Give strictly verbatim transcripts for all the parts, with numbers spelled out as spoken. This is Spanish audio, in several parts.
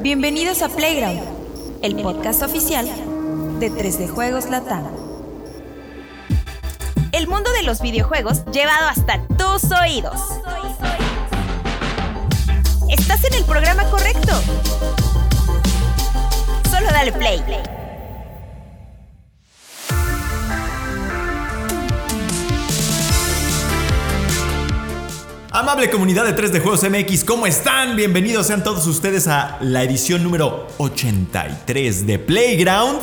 Bienvenidos a Playground, el podcast oficial de tres D Juegos Latam. El mundo de los videojuegos llevado hasta tus oídos. Estás en el programa correcto. Solo dale play. Amable comunidad de tres D Juegos M X, ¿cómo están? Bienvenidos sean todos ustedes a la edición número ochenta y tres de Playground.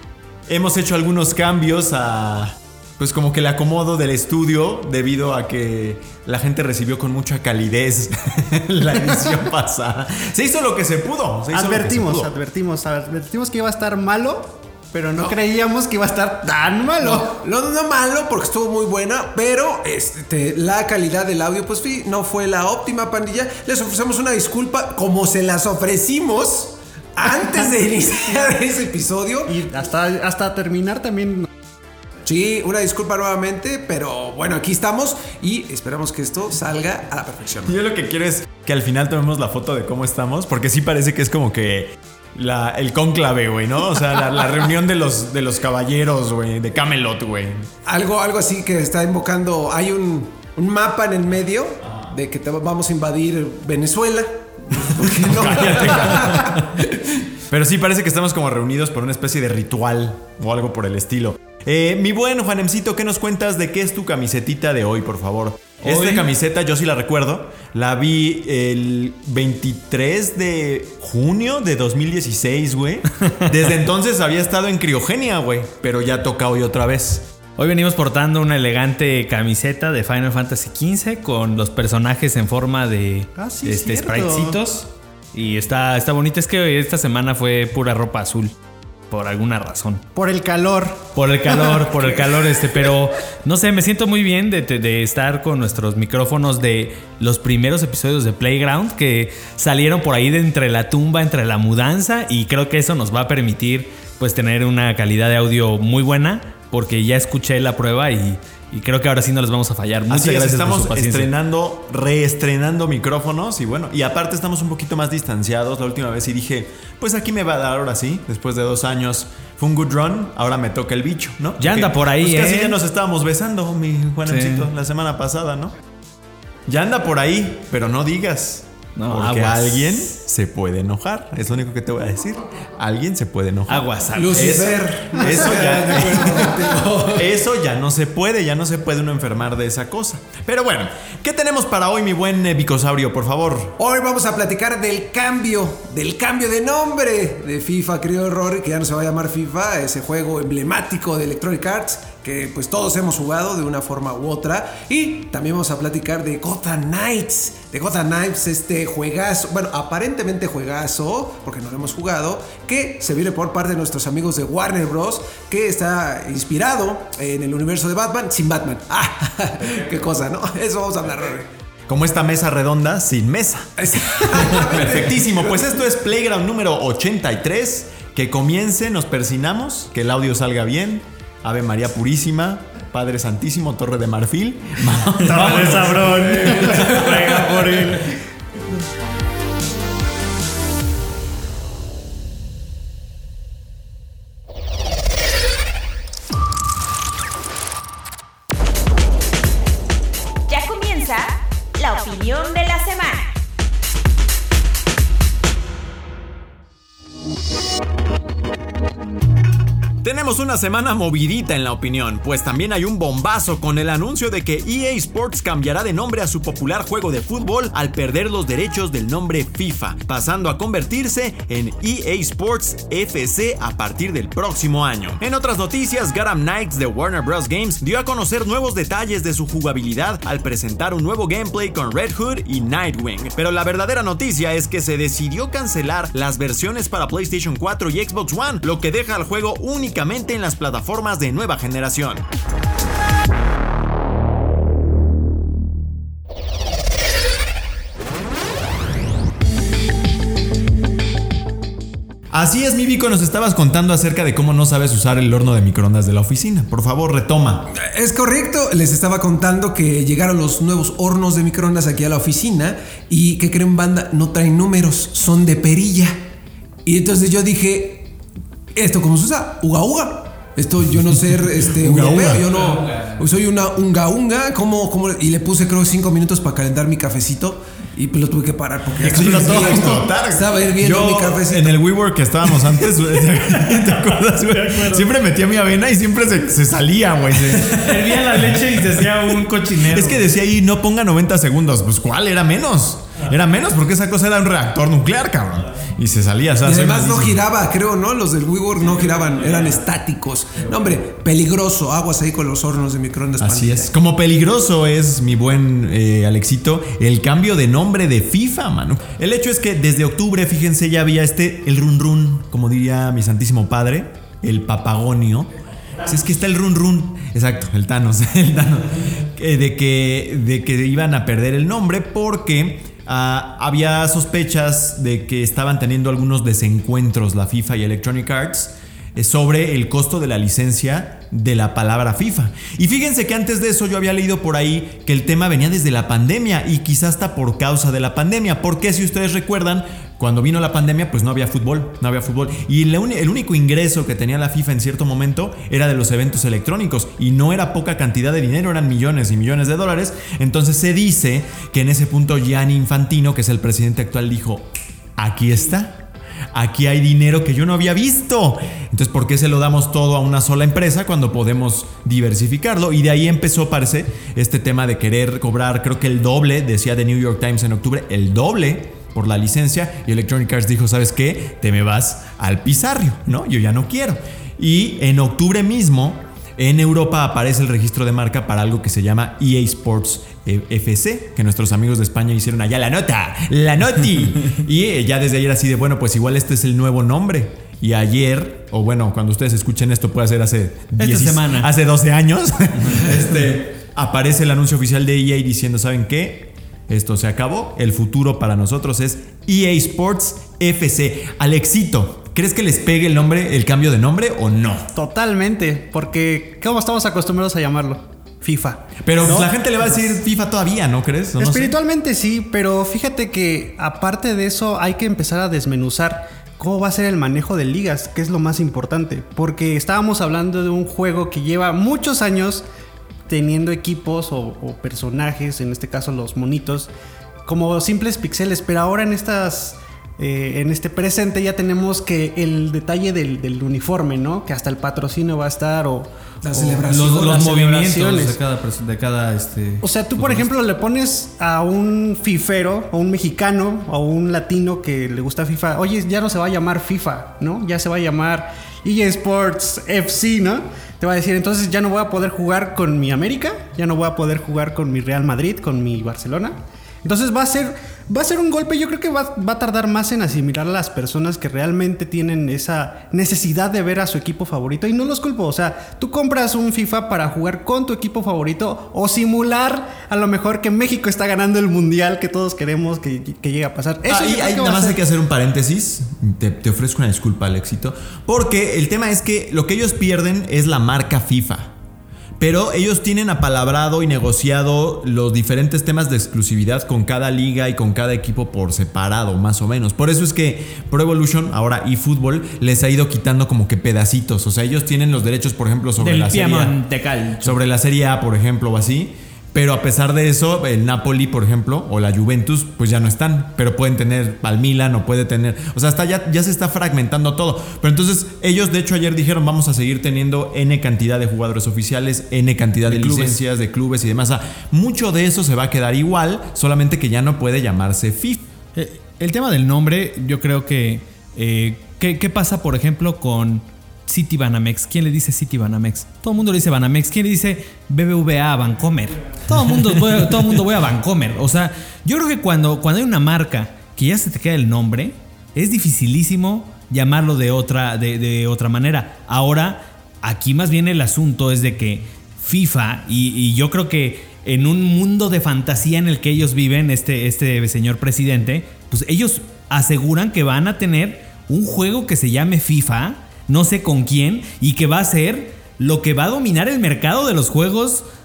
Hemos hecho algunos cambios a... pues como que el acomodo del estudio, debido a que la gente recibió con mucha calidez la edición pasada. Se hizo lo que se pudo. Se hizo advertimos, lo que se pudo. advertimos, advertimos que iba a estar malo, pero no, no creíamos que iba a estar tan malo. No, no, no malo, porque estuvo muy buena, pero este, la calidad del audio, pues no fue la óptima, pandilla. Les ofrecemos una disculpa, como se las ofrecimos antes de iniciar ese episodio. Y hasta, hasta terminar también. Sí, una disculpa nuevamente, pero bueno, aquí estamos y esperamos que esto salga a la perfección. Yo lo que quiero es que al final tomemos la foto de cómo estamos, porque sí parece que es como que la, el cónclave, güey, ¿no? O sea, la, la reunión de los, de los caballeros, güey, de Camelot, güey. Algo, algo así que está invocando. Hay un, un mapa en el medio de que te vamos a invadir Venezuela. ¿Por qué no? Cállate, cállate. Pero sí parece que estamos como reunidos por una especie de ritual o algo por el estilo. Eh, mi buen Juanemcito, ¿qué nos cuentas de qué es tu camisetita de hoy, por favor? ¿Hoy? Esta camiseta yo sí la recuerdo. La vi el veintitrés de junio de dos mil dieciséis, güey. Desde entonces había estado en criogenia, güey, pero ya toca hoy otra vez. Hoy venimos portando una elegante camiseta de Final Fantasy quince con los personajes en forma de ah, sí, este, spritecitos. Y está, está bonita. Es que esta semana fue pura ropa azul. Por alguna razón. Por el calor. Por el calor, por el calor este. Pero no sé, me siento muy bien de, de estar con nuestros micrófonos de los primeros episodios de Playground que salieron por ahí de entre la tumba, entre la mudanza. Y creo que eso nos va a permitir pues tener una calidad de audio muy buena. Porque ya escuché la prueba y, y creo que ahora sí no les vamos a fallar. Muchas Así es, gracias estamos por su paciencia. estrenando, reestrenando micrófonos y bueno, y aparte estamos un poquito más distanciados. La última vez y dije, pues aquí me va a dar ahora sí, después de dos años. Fue un good run, ahora me toca el bicho, ¿no? Ya anda por ahí, pues ¿eh? Casi ya nos estábamos besando, mi Juanemcito, sí. La semana pasada, ¿no? Ya anda por ahí, pero no digas. No, porque aguas. Alguien se puede enojar. Es lo único que te voy a decir. Alguien se puede enojar. Aguas, aguas. Lucifer. Eso, eso, ya, eso ya no se puede. Ya no se puede uno enfermar de esa cosa. Pero bueno, ¿qué tenemos para hoy, mi buen Bicosaurio, por favor? Hoy vamos a platicar del cambio, del cambio de nombre de FIFA, querido Rory, que ya no se va a llamar FIFA, ese juego emblemático de Electronic Arts que pues todos hemos jugado de una forma u otra. Y también vamos a platicar de Gotham Knights. De Gotham Knights, este juegazo, bueno, aparentemente juegazo, porque no lo hemos jugado, que se viene por parte de nuestros amigos de Warner Bros., que está inspirado en el universo de Batman, sin Batman. ¡Ah! ¡Qué cosa!, ¿no? Eso vamos a hablar, Rory. Como esta mesa redonda sin mesa. Perfectísimo, pues esto es Playground número ochenta y tres. Que comience, nos persinamos, que el audio salga bien. Ave María Purísima, Padre Santísimo, Torre de Marfil. Torre Sabrón. Venga por él. Ya comienza la opinión de la semana. Tenemos una semana movidita en la opinión, pues también hay un bombazo con el anuncio de que E A Sports cambiará de nombre a su popular juego de fútbol al perder los derechos del nombre FIFA, pasando a convertirse en E A Sports F C a partir del próximo año. En otras noticias, Gotham Knights de Warner Bros. Games dio a conocer nuevos detalles de su jugabilidad al presentar un nuevo gameplay con Red Hood y Nightwing, pero la verdadera noticia es que se decidió cancelar las versiones para PlayStation cuatro y Xbox One, lo que deja al juego únicamente en las plataformas de nueva generación. Así es, mi Vico, nos estabas contando acerca de cómo no sabes usar el horno de microondas de la oficina. Por favor, retoma. Es correcto, les estaba contando que llegaron los nuevos hornos de microondas aquí a la oficina y que creen, banda, no traen números, son de perilla. Y entonces yo dije, ¿esto cómo se usa? Uga uga. Esto yo no sé, este, Uga, europeo, uga. yo no, soy una unga unga, ¿cómo, cómo? Y le puse creo cinco minutos para calentar mi cafecito y pues lo tuve que parar porque Explotó. ya Explotar. estaba hirviendo Yo, mi cafecito. en el WeWork que estábamos antes, ¿te acuerdas, güey? Siempre metía mi avena y siempre se, se salía, güey. Se- Hervía la leche y se hacía un cochinero. Es que decía ahí, no ponga noventa segundos. Pues, ¿cuál? Era menos. Era menos porque esa cosa era un reactor nuclear, cabrón. Y se salía, o sea, Y soy además no malísimo. giraba, creo, ¿no? Los del WeWork no giraban, eran estáticos. No, hombre, peligroso. Aguas ahí con los hornos de microondas. Así pandilla. es. Como peligroso es, mi buen eh, Alexito, el cambio de nombre de FIFA, mano. El hecho es que desde octubre, fíjense, ya había este, el run run, como diría mi santísimo padre, el papagonio. Si es que está el run run, exacto, el Thanos, el Thanos, eh, de que, de que iban a perder el nombre porque uh, había sospechas de que estaban teniendo algunos desencuentros la FIFA y Electronic Arts eh, sobre el costo de la licencia de la palabra FIFA. Y fíjense que antes de eso yo había leído por ahí que el tema venía desde la pandemia y quizás hasta por causa de la pandemia, porque si ustedes recuerdan, cuando vino la pandemia, pues no había fútbol, no había fútbol. Y el, un- el único ingreso que tenía la FIFA en cierto momento era de los eventos electrónicos. Y no era poca cantidad de dinero, eran millones y millones de dólares. Entonces se dice que en ese punto Gianni Infantino, que es el presidente actual, dijo, aquí está. Aquí hay dinero que yo no había visto. Entonces, ¿por qué se lo damos todo a una sola empresa cuando podemos diversificarlo? Y de ahí empezó, parece, este tema de querer cobrar, creo que el doble, decía The New York Times en octubre, el doble por la licencia. Y Electronic Arts dijo, ¿sabes qué? Te me vas al pizarrio, ¿no? Yo ya no quiero. Y en octubre mismo, en Europa aparece el registro de marca para algo que se llama E A Sports F C, que nuestros amigos de España hicieron allá la nota, la noti. Y eh, ya desde ayer así de, bueno, pues igual este es el nuevo nombre. Y ayer, o bueno, cuando ustedes escuchen esto, puede ser hace diez, semana. hace doce años, este, aparece el anuncio oficial de E A diciendo, ¿saben qué? Esto se acabó, el futuro para nosotros es E A Sports F C. Alexito, ¿crees que les pegue el nombre, el cambio de nombre o no? Totalmente, porque ¿cómo estamos acostumbrados a llamarlo? FIFA. Pero ¿No? la gente le va a decir FIFA todavía, ¿no crees? No, no sé. Espiritualmente sí, pero fíjate que aparte de eso hay que empezar a desmenuzar cómo va a ser el manejo de ligas, que es lo más importante, porque estábamos hablando de un juego que lleva muchos años teniendo equipos o, o personajes, en este caso los monitos, como simples pixeles, pero ahora en estas eh, en este presente ya tenemos que el detalle del, del uniforme, ¿no? Que hasta el patrocinio va a estar o La o celebración. Los, los las movimientos celebraciones. de cada, pers- de cada este, O sea, tú, por ejemplo, le pones a un fifero, o un mexicano, o un latino que le gusta FIFA, oye, ya no se va a llamar FIFA, ¿no? Ya se va a llamar E A Sports F C, ¿no? Te va a decir, entonces ya no voy a poder jugar con mi América, ya no voy a poder jugar con mi Real Madrid, con mi Barcelona. Entonces va a ser, va a ser un golpe, yo creo que va, va a tardar más en asimilar a las personas que realmente tienen esa necesidad de ver a su equipo favorito. Y no los culpo, o sea, tú compras un FIFA para jugar con tu equipo favorito o simular a lo mejor que México está ganando el mundial que todos queremos que, que llegue a pasar. Eso Ah, yo y creo ahí que va nada a más ser- hay que hacer un paréntesis. Te, te ofrezco una disculpa, Alexito. Porque el tema es que lo que ellos pierden es la marca FIFA. Pero ellos tienen apalabrado y negociado los diferentes temas de exclusividad con cada liga y con cada equipo por separado, más o menos. Por eso es que Pro Evolution, ahora eFootball, les ha ido quitando como que pedacitos. O sea, ellos tienen los derechos, por ejemplo, sobre del la Serie A. Piemonte Calcio. Sobre la Serie A, por ejemplo, o así. Pero a pesar de eso, el Napoli, por ejemplo, o la Juventus, pues ya no están. Pero pueden tener al Milan o puede tener... O sea, hasta ya, ya se está fragmentando todo. Pero entonces ellos, de hecho, ayer dijeron vamos a seguir teniendo N cantidad de jugadores oficiales, N cantidad de, De clubes. licencias, de clubes y demás. O sea, mucho de eso se va a quedar igual, solamente que ya no puede llamarse FIFA. Eh, el tema del nombre, yo creo que... Eh, ¿qué, ¿Qué pasa, por ejemplo, con City Banamex? ¿Quién le dice City Banamex? Todo el mundo le dice Banamex. ¿Quién le dice B B V A Bancomer? Todo el mundo, voy- todo el mundo voy a Bancomer. O sea, yo creo que cuando, cuando hay una marca que ya se te queda el nombre, es dificilísimo llamarlo de otra, de, de otra manera. Ahora, aquí más bien el asunto es de que FIFA, y, y yo creo que en un mundo de fantasía en el que ellos viven, este, este señor presidente, pues ellos aseguran que van a tener un juego que se llame FIFA, no sé con quién, y que va a ser lo que va a dominar el mercado de los juegos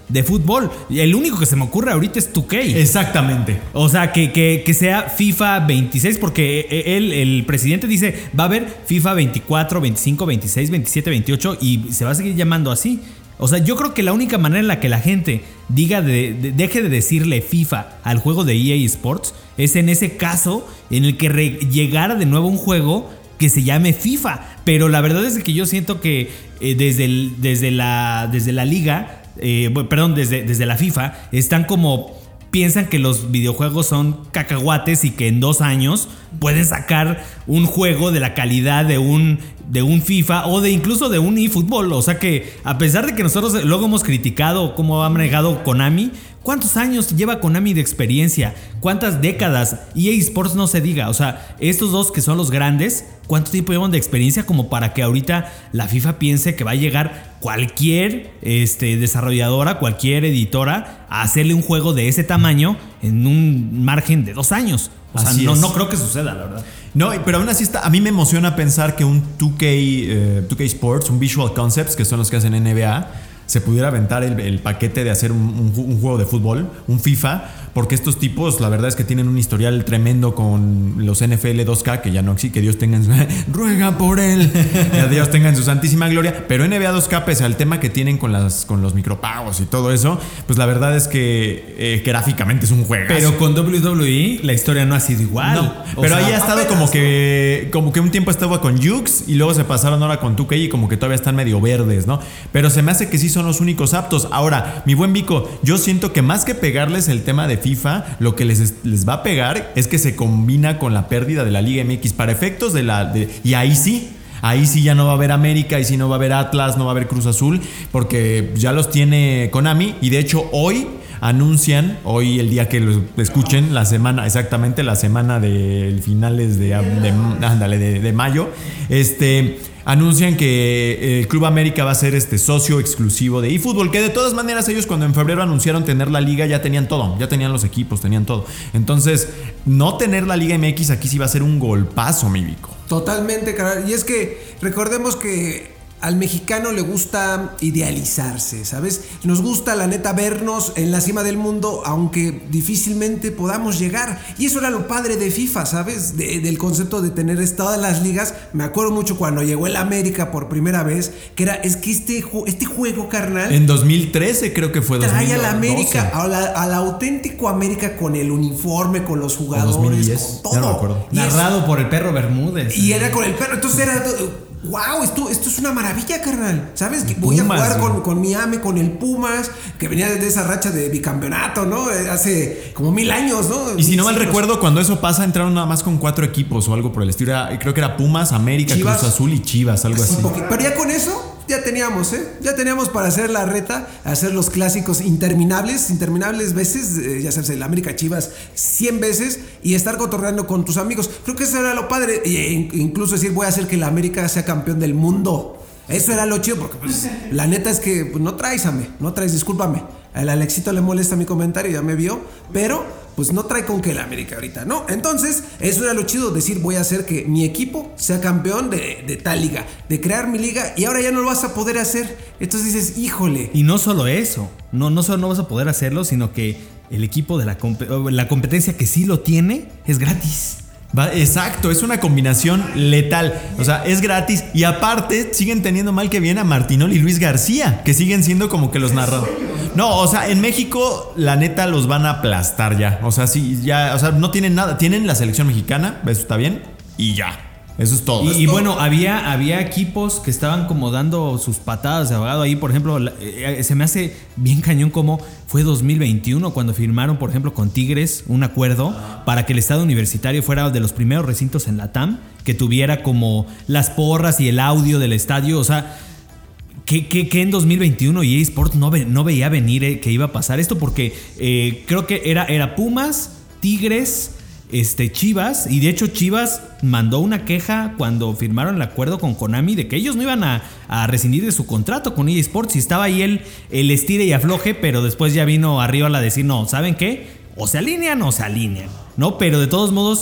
de fútbol. El único que se me ocurre ahorita es dos K. Exactamente. O sea, que, que, que sea FIFA veintiséis, porque él, el presidente dice, va a haber FIFA veinticuatro, veinticinco, veintiséis, veintisiete, veintiocho y se va a seguir llamando así. O sea, yo creo que la única manera en la que la gente diga de, de, deje de decirle FIFA al juego de E A Sports es en ese caso en el que re, llegara de nuevo un juego que se llame FIFA. Pero la verdad es que yo siento que eh, desde, el, desde, la, desde la liga, eh, perdón, desde, desde la FIFA, están como... piensan que los videojuegos son cacahuates y que en dos años pueden sacar un juego de la calidad de un, de un FIFA o de incluso de un eFootball. O sea que a pesar de que nosotros luego hemos criticado cómo ha manejado Konami, ¿cuántos años lleva Konami de experiencia? ¿Cuántas décadas? E A Sports no se diga. O sea, estos dos que son los grandes, ¿cuánto tiempo llevan de experiencia como para que ahorita la FIFA piense que va a llegar cualquier este, desarrolladora, cualquier editora a hacerle un juego de ese tamaño en un margen de dos años? O sea, no, no creo que suceda, la verdad. No, pero aún así está, a mí me emociona pensar que un dos K, eh, dos K Sports, un Visual Concepts, que son los que hacen N B A, se pudiera aventar el, el paquete de hacer un, un, un juego de fútbol, un FIFA, porque estos tipos la verdad es que tienen un historial tremendo con los N F L dos K, que ya no existe, que Dios tenga en su, ruega por él, que Dios tenga en su santísima gloria, pero N B A dos K, pese al tema que tienen con, las, con los micropagos y todo eso, pues la verdad es que eh, gráficamente es un juegazo. Pero con W W E la historia no ha sido igual. No, pero sea, ahí ha estado apenas, como que como que un tiempo estaba con Jukes y luego se pasaron ahora con dos K y como que todavía están medio verdes, ¿no? Pero se me hace que sí son los únicos aptos. Ahora, mi buen Vico, yo siento que más que pegarles el tema de FIFA, lo que les, les va a pegar es que se combina con la pérdida de la Liga M X para efectos de la... De, y ahí sí... Ahí sí ya no va a haber América, ahí sí no va a haber Atlas, no va a haber Cruz Azul, porque ya los tiene Konami. Y de hecho hoy anuncian, hoy el día que lo escuchen, la semana, exactamente la semana de finales de, de, ándale, de, de mayo, este... anuncian que el Club América va a ser este socio exclusivo de eFootball, que de todas maneras ellos cuando en febrero anunciaron tener la liga ya tenían todo, ya tenían los equipos, tenían todo. Entonces, no tener la Liga M X aquí sí va a ser un golpazo, mi Vico. Totalmente, carnal. Y es que recordemos que al mexicano le gusta idealizarse, ¿sabes? Nos gusta, la neta, vernos en la cima del mundo, aunque difícilmente podamos llegar. Y eso era lo padre de FIFA, ¿sabes? De, del concepto de tener todas las ligas. Me acuerdo mucho cuando llegó el América por primera vez, que era, es que este, este juego, carnal... En dos mil trece creo que fue dos mil doce. Trae a la América, al auténtico América con el uniforme, con los jugadores, dos mil diez, con todo. Ya no me acuerdo. Narrado por el perro Bermúdez. Y era con el perro, entonces era... Wow, esto, esto es una maravilla, carnal. ¿Sabes? Que voy Pumas, a jugar con, con mi ame, con el Pumas, que venía de esa racha de bicampeonato, ¿no? Hace como mil años, ¿no? Y si no mal siglos. recuerdo, cuando eso pasa, entraron nada más con cuatro equipos o algo por el estilo. Era, creo que era Pumas, América, Chivas, Cruz Azul y Chivas, algo así. así. Pero ya con eso... Ya teníamos, ¿eh? Ya teníamos para hacer la reta, hacer los clásicos interminables, interminables veces, eh, ya sabes, el América Chivas cien veces y estar cotorreando con tus amigos. Creo que eso era lo padre. E incluso decir, voy a hacer que la América sea campeón del mundo. Eso era lo chido, porque pues, la neta es que pues, no traes, ame, no traes, discúlpame. Al Alexito le molesta mi comentario, ya me vio, pero... pues no trae con que el América ahorita, ¿no? Entonces, eso era lo chido, decir, voy a hacer que mi equipo sea campeón de, de tal liga, de crear mi liga, y ahora ya no lo vas a poder hacer. Entonces dices, híjole. Y no solo eso, no, no solo no vas a poder hacerlo, sino que el equipo de la, comp- la competencia que sí lo tiene es gratis. Va, exacto, es una combinación letal. O sea, es gratis. Y aparte, siguen teniendo mal que bien a Martinoli y Luis García, que siguen siendo como que los narradores. No, o sea, en México, la neta, los van a aplastar ya. O sea, sí, ya, o sea, no tienen nada. Tienen la selección mexicana, eso está bien, y ya. Eso es todo. Y, y bueno, había, había equipos que estaban como dando sus patadas de ahogado ahí. Por ejemplo, la, eh, se me hace bien cañón como fue dos mil veintiuno cuando firmaron, por ejemplo, con Tigres un acuerdo para que el estadio universitario fuera de los primeros recintos en la T A M que tuviera como las porras y el audio del estadio. O sea, que, que, que en dos mil veintiuno E A Sports no, ve, no veía venir eh, que iba a pasar esto porque eh, creo que era, era Pumas, Tigres... Este, Chivas, y de hecho Chivas mandó una queja cuando firmaron el acuerdo con Konami de que ellos no iban a, a rescindir de su contrato con E A Sports y estaba ahí el, el estire y afloje, pero después ya vino arriba a decir, no, ¿saben qué? O se alinean o se alinean, ¿no? Pero de todos modos,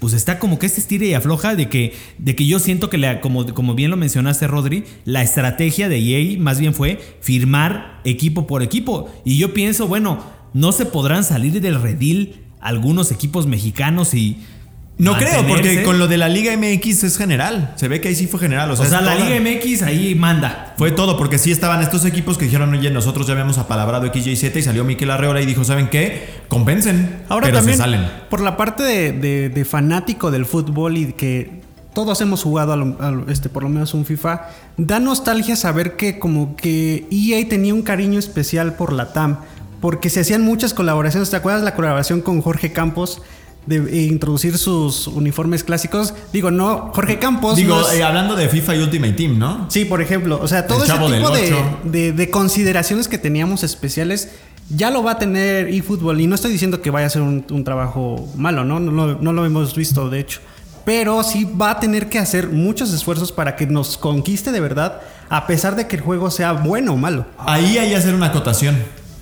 pues está como que este estira y afloja de que, de que yo siento que, la, como, como bien lo mencionaste, Rodri, la estrategia de E A más bien fue firmar equipo por equipo. Y yo pienso, bueno, no se podrán salir del redil algunos equipos mexicanos y... No creo, porque con lo de la Liga M X es general. Se ve que ahí sí fue general. O sea, o sea la toda... Liga M X ahí manda. Fue todo, porque sí estaban estos equipos que dijeron, oye, nosotros ya habíamos apalabrado X Y Z y salió Mikel Arreola y dijo, ¿saben qué? Compensen. Ahora pero también, se salen. Por la parte de, de, de fanático del fútbol y que todos hemos jugado a lo, a este, por lo menos un FIFA, da nostalgia saber que como que E A tenía un cariño especial por la T A M, porque se hacían muchas colaboraciones. ¿Te acuerdas la colaboración con Jorge Campos? De eh, introducir sus uniformes clásicos. Digo, no, Jorge Campos. Digo, no es... eh, hablando de FIFA y Ultimate Team, ¿no? Sí, por ejemplo. O sea, todo ese tipo de, de, de consideraciones que teníamos especiales ya lo va a tener eFootball. Y no estoy diciendo que vaya a ser un, un trabajo malo, ¿no? No, no, no lo hemos visto, de hecho. Pero sí va a tener que hacer muchos esfuerzos para que nos conquiste de verdad, a pesar de que el juego sea bueno o malo. Ahí hay que hacer una acotación.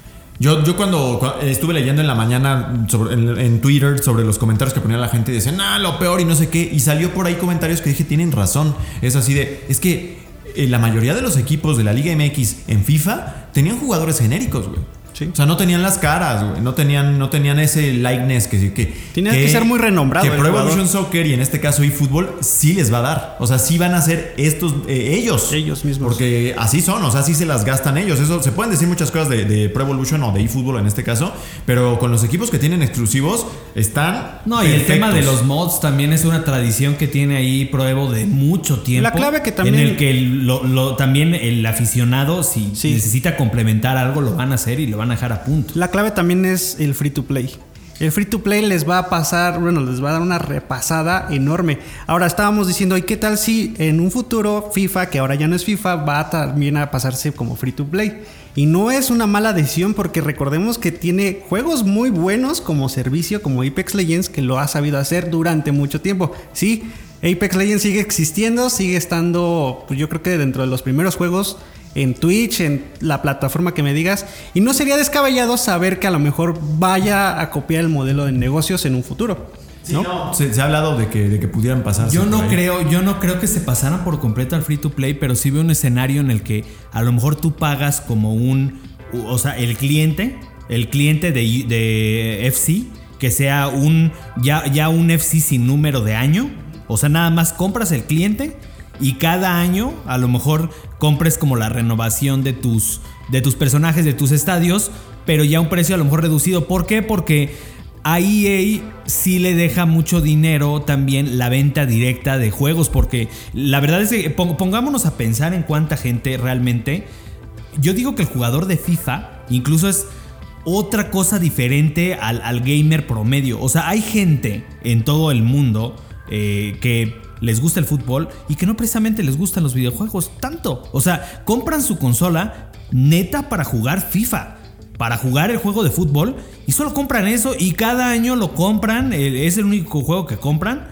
Yo, yo cuando, cuando estuve leyendo en la mañana sobre, en, en Twitter sobre los comentarios que ponía la gente y decían, ah, lo peor y no sé qué, y salió por ahí comentarios que dije, tienen razón. Es así de, es que eh, la mayoría de los equipos de la Liga M X en FIFA tenían jugadores genéricos, güey. Sí. O sea, no tenían las caras, güey. No tenían, no tenían ese likeness que... que Tienes que, que ser muy renombrado. Que Pro Evolution Soccer y en este caso eFootball sí les va a dar. O sea, sí van a ser estos... Eh, ellos. Ellos mismos. Porque así son. O sea, sí se las gastan ellos. Eso se pueden decir muchas cosas de, de Pro Evolution o de eFootball en este caso. Pero con los equipos que tienen exclusivos están... No, y perfectos. El tema de los mods también es una tradición que tiene ahí Pro Evo de mucho tiempo. La clave que también... En el que el, lo, lo, también el aficionado, si sí. necesita complementar algo, lo van a hacer y lo van a dejar a punto. La clave también es el free to play. El free to play les va a pasar, bueno, les va a dar una repasada enorme. Ahora estábamos diciendo, ¿y qué tal si en un futuro FIFA, que ahora ya no es FIFA, va también a pasarse como free to play? Y no es una mala decisión porque recordemos que tiene juegos muy buenos como servicio, como Apex Legends, que lo ha sabido hacer durante mucho tiempo. Sí, Apex Legends sigue existiendo, sigue estando, pues yo creo que dentro de los primeros juegos en Twitch, en la plataforma que me digas, y no sería descabellado saber que a lo mejor vaya a copiar el modelo de negocios en un futuro. Sí, ¿no? No. Se, se ha hablado de que, de que pudieran pasarse. Yo no creo, yo no creo que se pasaran por completo al free to play, pero sí veo un escenario en el que a lo mejor tú pagas como un, o sea, el cliente, el cliente de, de F C, que sea un ya, ya un F C sin número de año, o sea, nada más compras el cliente. Y cada año a lo mejor compres como la renovación de tus, de tus personajes, de tus estadios, pero ya a un precio a lo mejor reducido. ¿Por qué? Porque a E A sí le deja mucho dinero también la venta directa de juegos, porque la verdad es que pongámonos a pensar en cuánta gente realmente... Yo digo que el jugador de FIFA incluso es otra cosa diferente al, al gamer promedio. O sea, hay gente en todo el mundo eh, que... les gusta el fútbol y que no precisamente les gustan los videojuegos tanto. O sea, compran su consola neta para jugar FIFA, para jugar el juego de fútbol, y solo compran eso y cada año lo compran. Es el único juego que compran.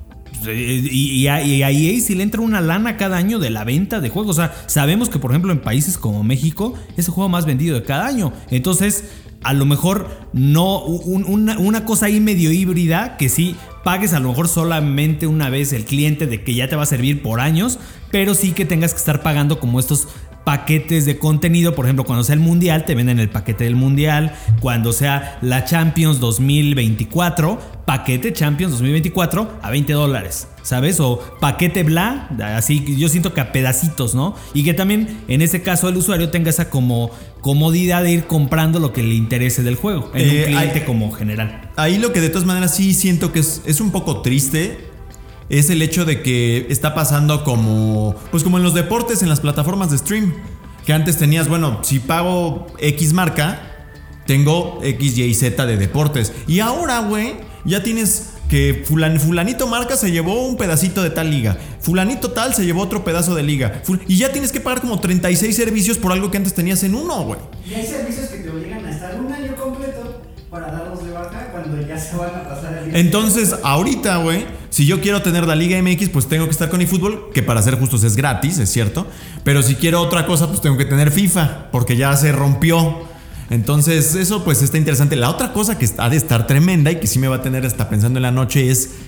Y a E A sí le entra una lana cada año de la venta de juegos. O sea, sabemos que por ejemplo en países como México es el juego más vendido de cada año. Entonces, a lo mejor no un, una, una cosa ahí medio híbrida, que sí pagues a lo mejor solamente una vez el cliente de que ya te va a servir por años, pero sí que tengas que estar pagando como estos paquetes de contenido. Por ejemplo, cuando sea el Mundial te venden el paquete del Mundial, cuando sea la Champions dos mil veinticuatro, paquete Champions dos mil veinticuatro a veinte dólares, ¿sabes? O paquete bla, así yo siento que a pedacitos, ¿no? Y que también en ese caso el usuario tenga esa como comodidad de ir comprando lo que le interese del juego en eh, un cliente ahí, como general. Ahí lo que de todas maneras sí siento que es, es un poco triste es el hecho de que está pasando como pues como en los deportes, en las plataformas de stream, que antes tenías, bueno, si pago X marca, tengo X, Y, Z de deportes, y ahora, güey, ya tienes que fulan, fulanito marca se llevó un pedacito de tal liga, fulanito tal se llevó otro pedazo de liga, ful- y ya tienes que pagar como treinta y seis servicios por algo que antes tenías en uno, güey. Y hay servicios que te obligan a estar un año completo para darlos de baja cuando ya se van a pasar el... Entonces, ahorita, güey, si yo quiero tener la Liga M X, pues tengo que estar con eFootball, que para ser justos es gratis, es cierto. Pero si quiero otra cosa, pues tengo que tener FIFA, porque ya se rompió. Entonces, eso pues está interesante. La otra cosa que ha de estar tremenda y que sí me va a tener hasta pensando en la noche es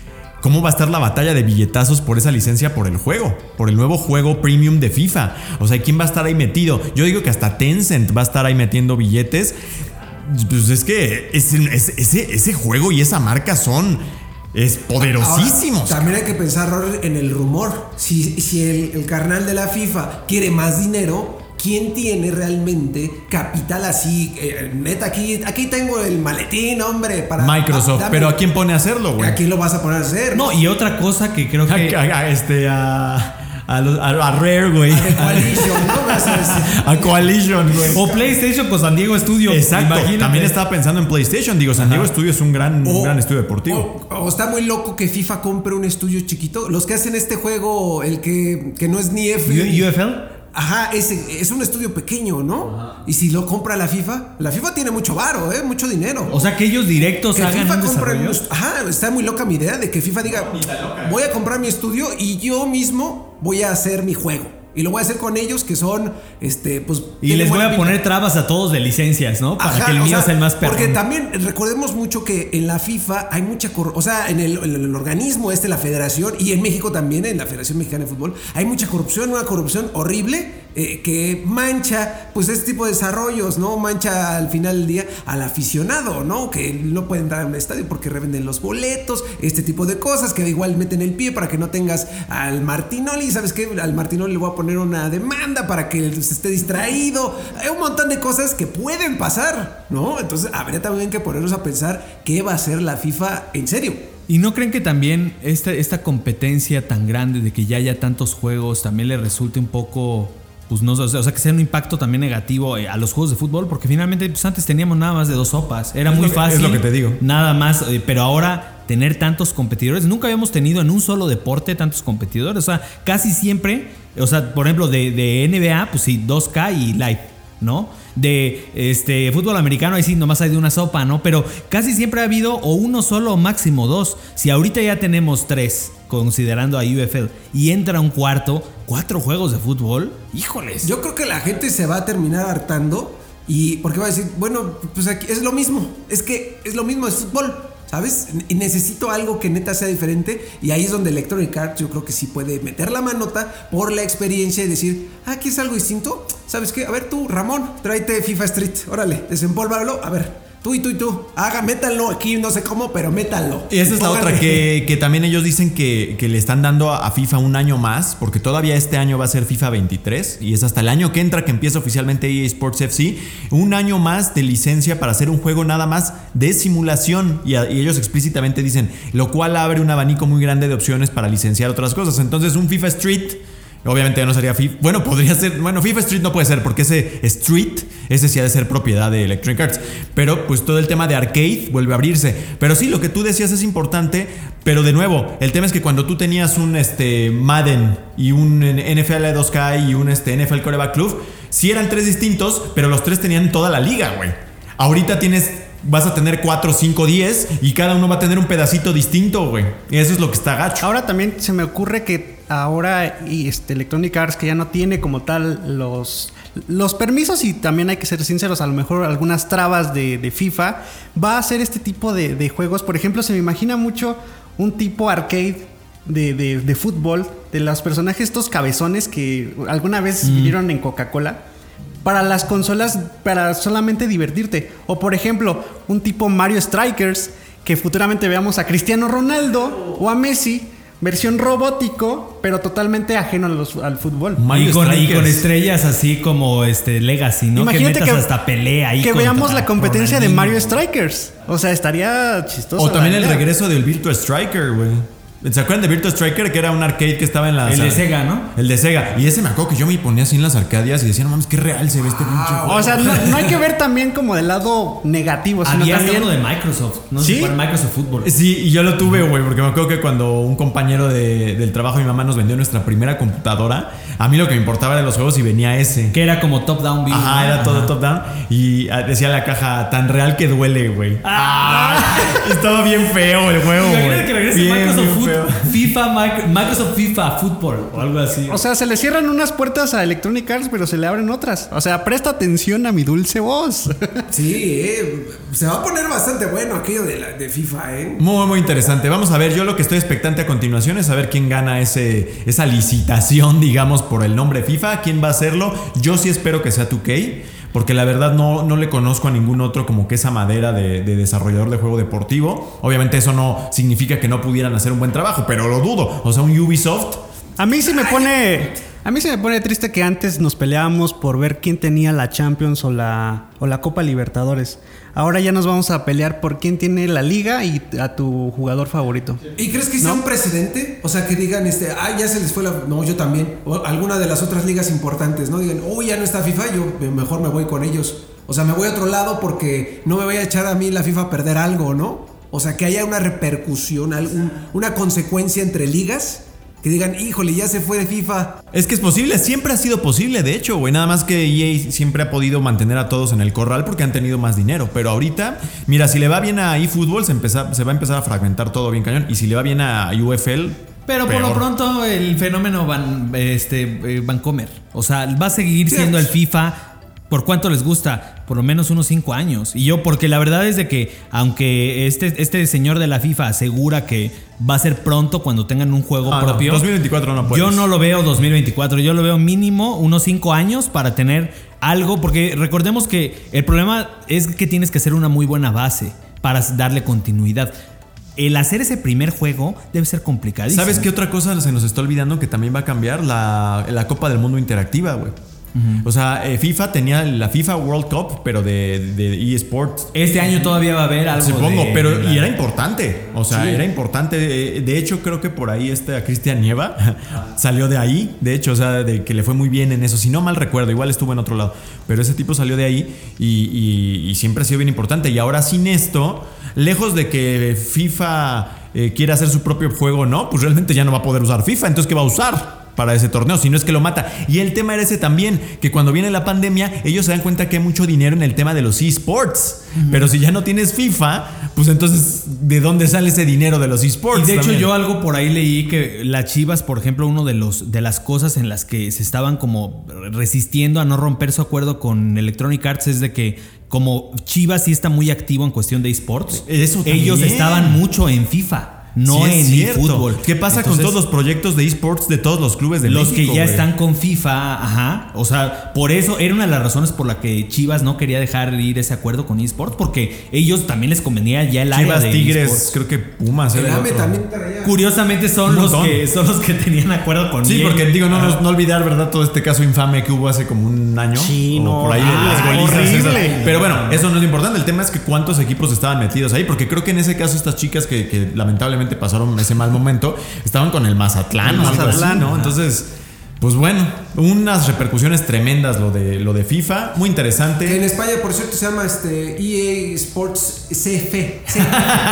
¿cómo va a estar la batalla de billetazos por esa licencia por el juego? Por el nuevo juego premium de FIFA. O sea, ¿quién va a estar ahí metido? Yo digo que hasta Tencent va a estar ahí metiendo billetes. Pues es que ese, ese, ese juego y esa marca son... es poderosísimos. Ahora, también hay que pensar en el rumor. Si, si el, el carnal de la FIFA quiere más dinero, ¿quién tiene realmente capital así? Eh, neta, aquí, aquí tengo el maletín, hombre. Para, Microsoft, ah, pero ¿a quién pone a hacerlo, güey? ¿A quién lo vas a poner a hacer? No, y otra cosa que creo que... A, a, a este, a... A, los, a, a Rare, güey. A Coalition, ¿no? Vas a decir. A Coalition, güey. O PlayStation con San Diego Studio. Exacto. Imagínate. También estaba pensando en PlayStation. Digo, San Diego Studio es un gran, O- un gran estudio deportivo. O, o está muy loco que FIFA compre un estudio chiquito. Los que hacen este juego, el que, que no es ni F. U- UFL. Ajá, ese, es un estudio pequeño, ¿no? Ajá. Y si lo compra la FIFA, la FIFA tiene mucho varo, ¿eh? Mucho dinero. O sea, que ellos directos que hagan FIFA un compre desarrollo. un- Ajá, está muy loca mi idea de que FIFA diga, voy a comprar mi estudio y yo mismo voy a hacer mi juego. Y lo voy a hacer con ellos que son, este, pues... Y les voy a pinta. poner trabas a todos de licencias, ¿no? Para Ajá, que el o mío sea, sea el más perro. Porque también recordemos mucho que en la FIFA hay mucha corrupción. O sea, en el, en el organismo este, la federación, y en México también, en la Federación Mexicana de Fútbol, hay mucha corrupción, una corrupción horrible eh, que mancha, pues, este tipo de desarrollos, ¿no? Mancha al final del día al aficionado, ¿no? Que no puede entrar a un estadio porque revenden los boletos, este tipo de cosas, que igual meten el pie para que no tengas al Martinoli. ¿Sabes qué? Al Martinoli le voy a poner una demanda para que se esté distraído. Hay un montón de cosas que pueden pasar, ¿no? Entonces habría también que ponernos a pensar qué va a hacer la FIFA en serio. ¿Y no creen que también esta, esta competencia tan grande de que ya haya tantos juegos también le resulte un poco, pues no, o sea, que sea un impacto también negativo a los juegos de fútbol? Porque finalmente, pues antes teníamos nada más de dos sopas. Era Es muy lo que- fácil. es lo que te digo. Nada más, eh, pero ahora tener tantos competidores, nunca habíamos tenido en un solo deporte tantos competidores. O sea, casi siempre, o sea, por ejemplo, de, de N B A, pues sí, dos K y live, ¿no? De este fútbol americano, ahí sí nomás hay de una sopa, ¿no? Pero casi siempre ha habido o uno solo o máximo dos. Si ahorita ya tenemos tres, considerando a U F L, y entra un cuarto, cuatro juegos de fútbol, híjoles. Yo creo que la gente se va a terminar hartando y porque va a decir, bueno, pues aquí es lo mismo. Es que es lo mismo, es fútbol, ¿sabes? Y necesito algo que neta sea diferente. Y ahí es donde Electronic Arts yo creo que sí puede meter la manota por la experiencia y decir, ah, aquí es algo distinto. ¿Sabes qué? A ver tú, Ramón, tráete FIFA Street. Órale, desempólvalo. A ver, tú y tú y tú. Haga, métanlo aquí, no sé cómo, pero métanlo. Y esa es la Póngale. otra, que, que también ellos dicen que, que le están dando a, a FIFA un año más, porque todavía este año va a ser FIFA veintitrés y es hasta el año que entra que empieza oficialmente E A Sports F C, un año más de licencia para hacer un juego nada más de simulación, y, a, y ellos explícitamente dicen, lo cual abre un abanico muy grande de opciones para licenciar otras cosas. Entonces un FIFA Street obviamente ya no sería FIFA. Bueno, podría ser. Bueno, FIFA Street no puede ser porque ese Street, ese sí ha de ser propiedad de Electronic Arts. Pero pues todo el tema de arcade vuelve a abrirse. Pero sí, lo que tú decías es importante. Pero de nuevo, el tema es que cuando tú tenías un este, Madden y un N F L dos K y un este, N F L Quarterback Club, sí eran tres distintos, pero los tres tenían toda la liga, güey. Ahorita tienes. Vas a tener cuatro, cinco, diez y cada uno va a tener un pedacito distinto, güey. Y eso es lo que está gacho. Ahora también se me ocurre que ahora y este Electronic Arts, que ya no tiene como tal los, los permisos, y también hay que ser sinceros, a lo mejor algunas trabas de, de FIFA, va a hacer este tipo de, de juegos. Por ejemplo, se me imagina mucho un tipo arcade de, de, de fútbol, de los personajes estos cabezones que alguna vez mm. vinieron en Coca-Cola. Para las consolas, para solamente divertirte. O por ejemplo, un tipo Mario Strikers, que futuramente veamos a Cristiano Ronaldo o a Messi, versión robótico, pero totalmente ajeno a los, al fútbol. Y con, y con estrellas así como este Legacy, ¿no? Imagínate que metas que, hasta pelea ahí. Que veamos la competencia Ronaldinho. de Mario Strikers. O sea, estaría chistoso. O también el regreso del Virtua Striker, güey. ¿Se acuerdan de Virtua Striker? Que era un arcade que estaba en la... El de Sega, ¿no? El de Sega. Y ese me acuerdo que yo me ponía así en las arcadias y decía, no mames, qué real se ve este pinche juego. O sea, no, no hay que ver también como del lado negativo, sino Había también... uno de Microsoft, ¿no? ¿Sí? Si fuera Microsoft Fútbol. Sí, y yo lo tuve, güey, porque me acuerdo que cuando un compañero de, del trabajo de mi mamá nos vendió nuestra primera computadora, a mí lo que me importaba de los juegos y venía ese. Que era como top-down view. Ajá, era todo top-down. Y decía la caja, tan real que duele, güey. Ah, estaba bien feo el juego, güey. Imagínate que regrese Bien, Microsoft bien Foot- feo. FIFA FIFA, Microsoft FIFA Fútbol o algo así. O sea, se le cierran unas puertas a Electronic Arts, pero se le abren otras. O sea, presta atención a mi dulce voz. Sí, eh, se va a poner bastante bueno aquello de, la, de FIFA, ¿eh? Muy, muy interesante. Vamos a ver, yo lo que estoy expectante a continuación es saber quién gana ese, esa licitación, digamos, por el nombre FIFA. ¿Quién va a hacerlo? Yo sí espero que sea dos K. Porque la verdad no, no le conozco a ningún otro como que esa madera de, de desarrollador de juego deportivo. Obviamente eso no significa que no pudieran hacer un buen trabajo, pero lo dudo. O sea, un Ubisoft. A mí sí me pone... A mí sí me pone triste que antes nos peleábamos por ver quién tenía la Champions o la, o la Copa Libertadores. Ahora ya nos vamos a pelear por quién tiene la liga y a tu jugador favorito. ¿Y crees que sea ¿No? un precedente? O sea, que digan, este, ah, ya se les fue la... No, yo también. O alguna de las otras ligas importantes, ¿no? Digan, oh, ya no está FIFA, yo mejor me voy con ellos. O sea, me voy a otro lado porque no me voy a echar a mí la FIFA a perder algo, ¿no? O sea, que haya una repercusión, algún, una consecuencia entre ligas. Que digan, híjole, ya se fue de FIFA. Es que es posible, siempre ha sido posible, de hecho, güey. Nada más que E A siempre ha podido mantener a todos en el corral porque han tenido más dinero. Pero ahorita, mira, si le va bien a eFootball, se, empeza, se va a empezar a fragmentar todo bien cañón. Y si le va bien a U F L, pero por peor. lo pronto el fenómeno Van, este, eh, Vancomer. O sea, va a seguir siendo el FIFA. ¿Por cuánto les gusta? Por lo menos unos cinco años. Y yo, porque la verdad es de que, aunque este, este señor de la FIFA asegura que va a ser pronto cuando tengan un juego ah, propio. No, dos mil veinticuatro no puedes. Yo no lo veo dos mil veinticuatro. Yo lo veo mínimo unos cinco años para tener algo. Porque recordemos que el problema es que tienes que hacer una muy buena base para darle continuidad. El hacer ese primer juego debe ser complicadísimo. ¿Sabes qué otra cosa se nos está olvidando que también va a cambiar? La, la Copa del Mundo Interactiva, güey. Uh-huh. O sea, eh, FIFA tenía la FIFA World Cup, pero de, de eSports. Este año todavía va a haber algo. Supongo, de, pero de la... y era importante. O sea, sí. era importante. De hecho, creo que por ahí este Cristian Nieva ah. salió de ahí. De hecho, o sea, de que le fue muy bien en eso. Si no mal recuerdo, igual estuvo en otro lado. Pero ese tipo salió de ahí y, y, y siempre ha sido bien importante. Y ahora sin esto, lejos de que FIFA eh, quiera hacer su propio juego, no, pues realmente ya no va a poder usar FIFA. Entonces, ¿qué va a usar para ese torneo? Si no es que lo mata. Y el tema era ese también, que cuando viene la pandemia ellos se dan cuenta que hay mucho dinero en el tema de los eSports. Uh-huh. Pero si ya no tienes FIFA, pues entonces ¿de dónde sale ese dinero de los eSports? Y de también? hecho yo algo por ahí leí que las Chivas, por ejemplo, uno de los de las cosas en las que se estaban como resistiendo a no romper su acuerdo con Electronic Arts es de que como Chivas sí está muy activo en cuestión de eSports, Eso ellos también. estaban mucho en FIFA. No sí, en eFootball. ¿Qué pasa Entonces, con todos los proyectos de eSports de todos los clubes de los México? Los que ya wey? están con FIFA, ajá. O sea, por eso era una de las razones por la que Chivas no quería dejar ir ese acuerdo con eSports, porque ellos también les convenía ya el Chivas, área de Tigres, eSports. Creo que Pumas. El era AME otro. también traía. Curiosamente son los que son los que tenían acuerdo con Sí, E A. porque digo, no, no, no olvidar, ¿verdad? Todo este caso infame que hubo hace como un año. Sí, o no. por ahí Ah, las golizas horrible. esas. Pero bueno, eso no es lo importante. El tema es que cuántos equipos estaban metidos ahí, porque creo que en ese caso estas chicas que, que lamentablemente pasaron ese mal momento estaban con el Mazatlán, El o algo Mazatlán, así, ¿no? ajá. Entonces, pues bueno, unas repercusiones tremendas lo de lo de FIFA, muy Que en interesante. España, por cierto, se llama este E A Sports C F. C F,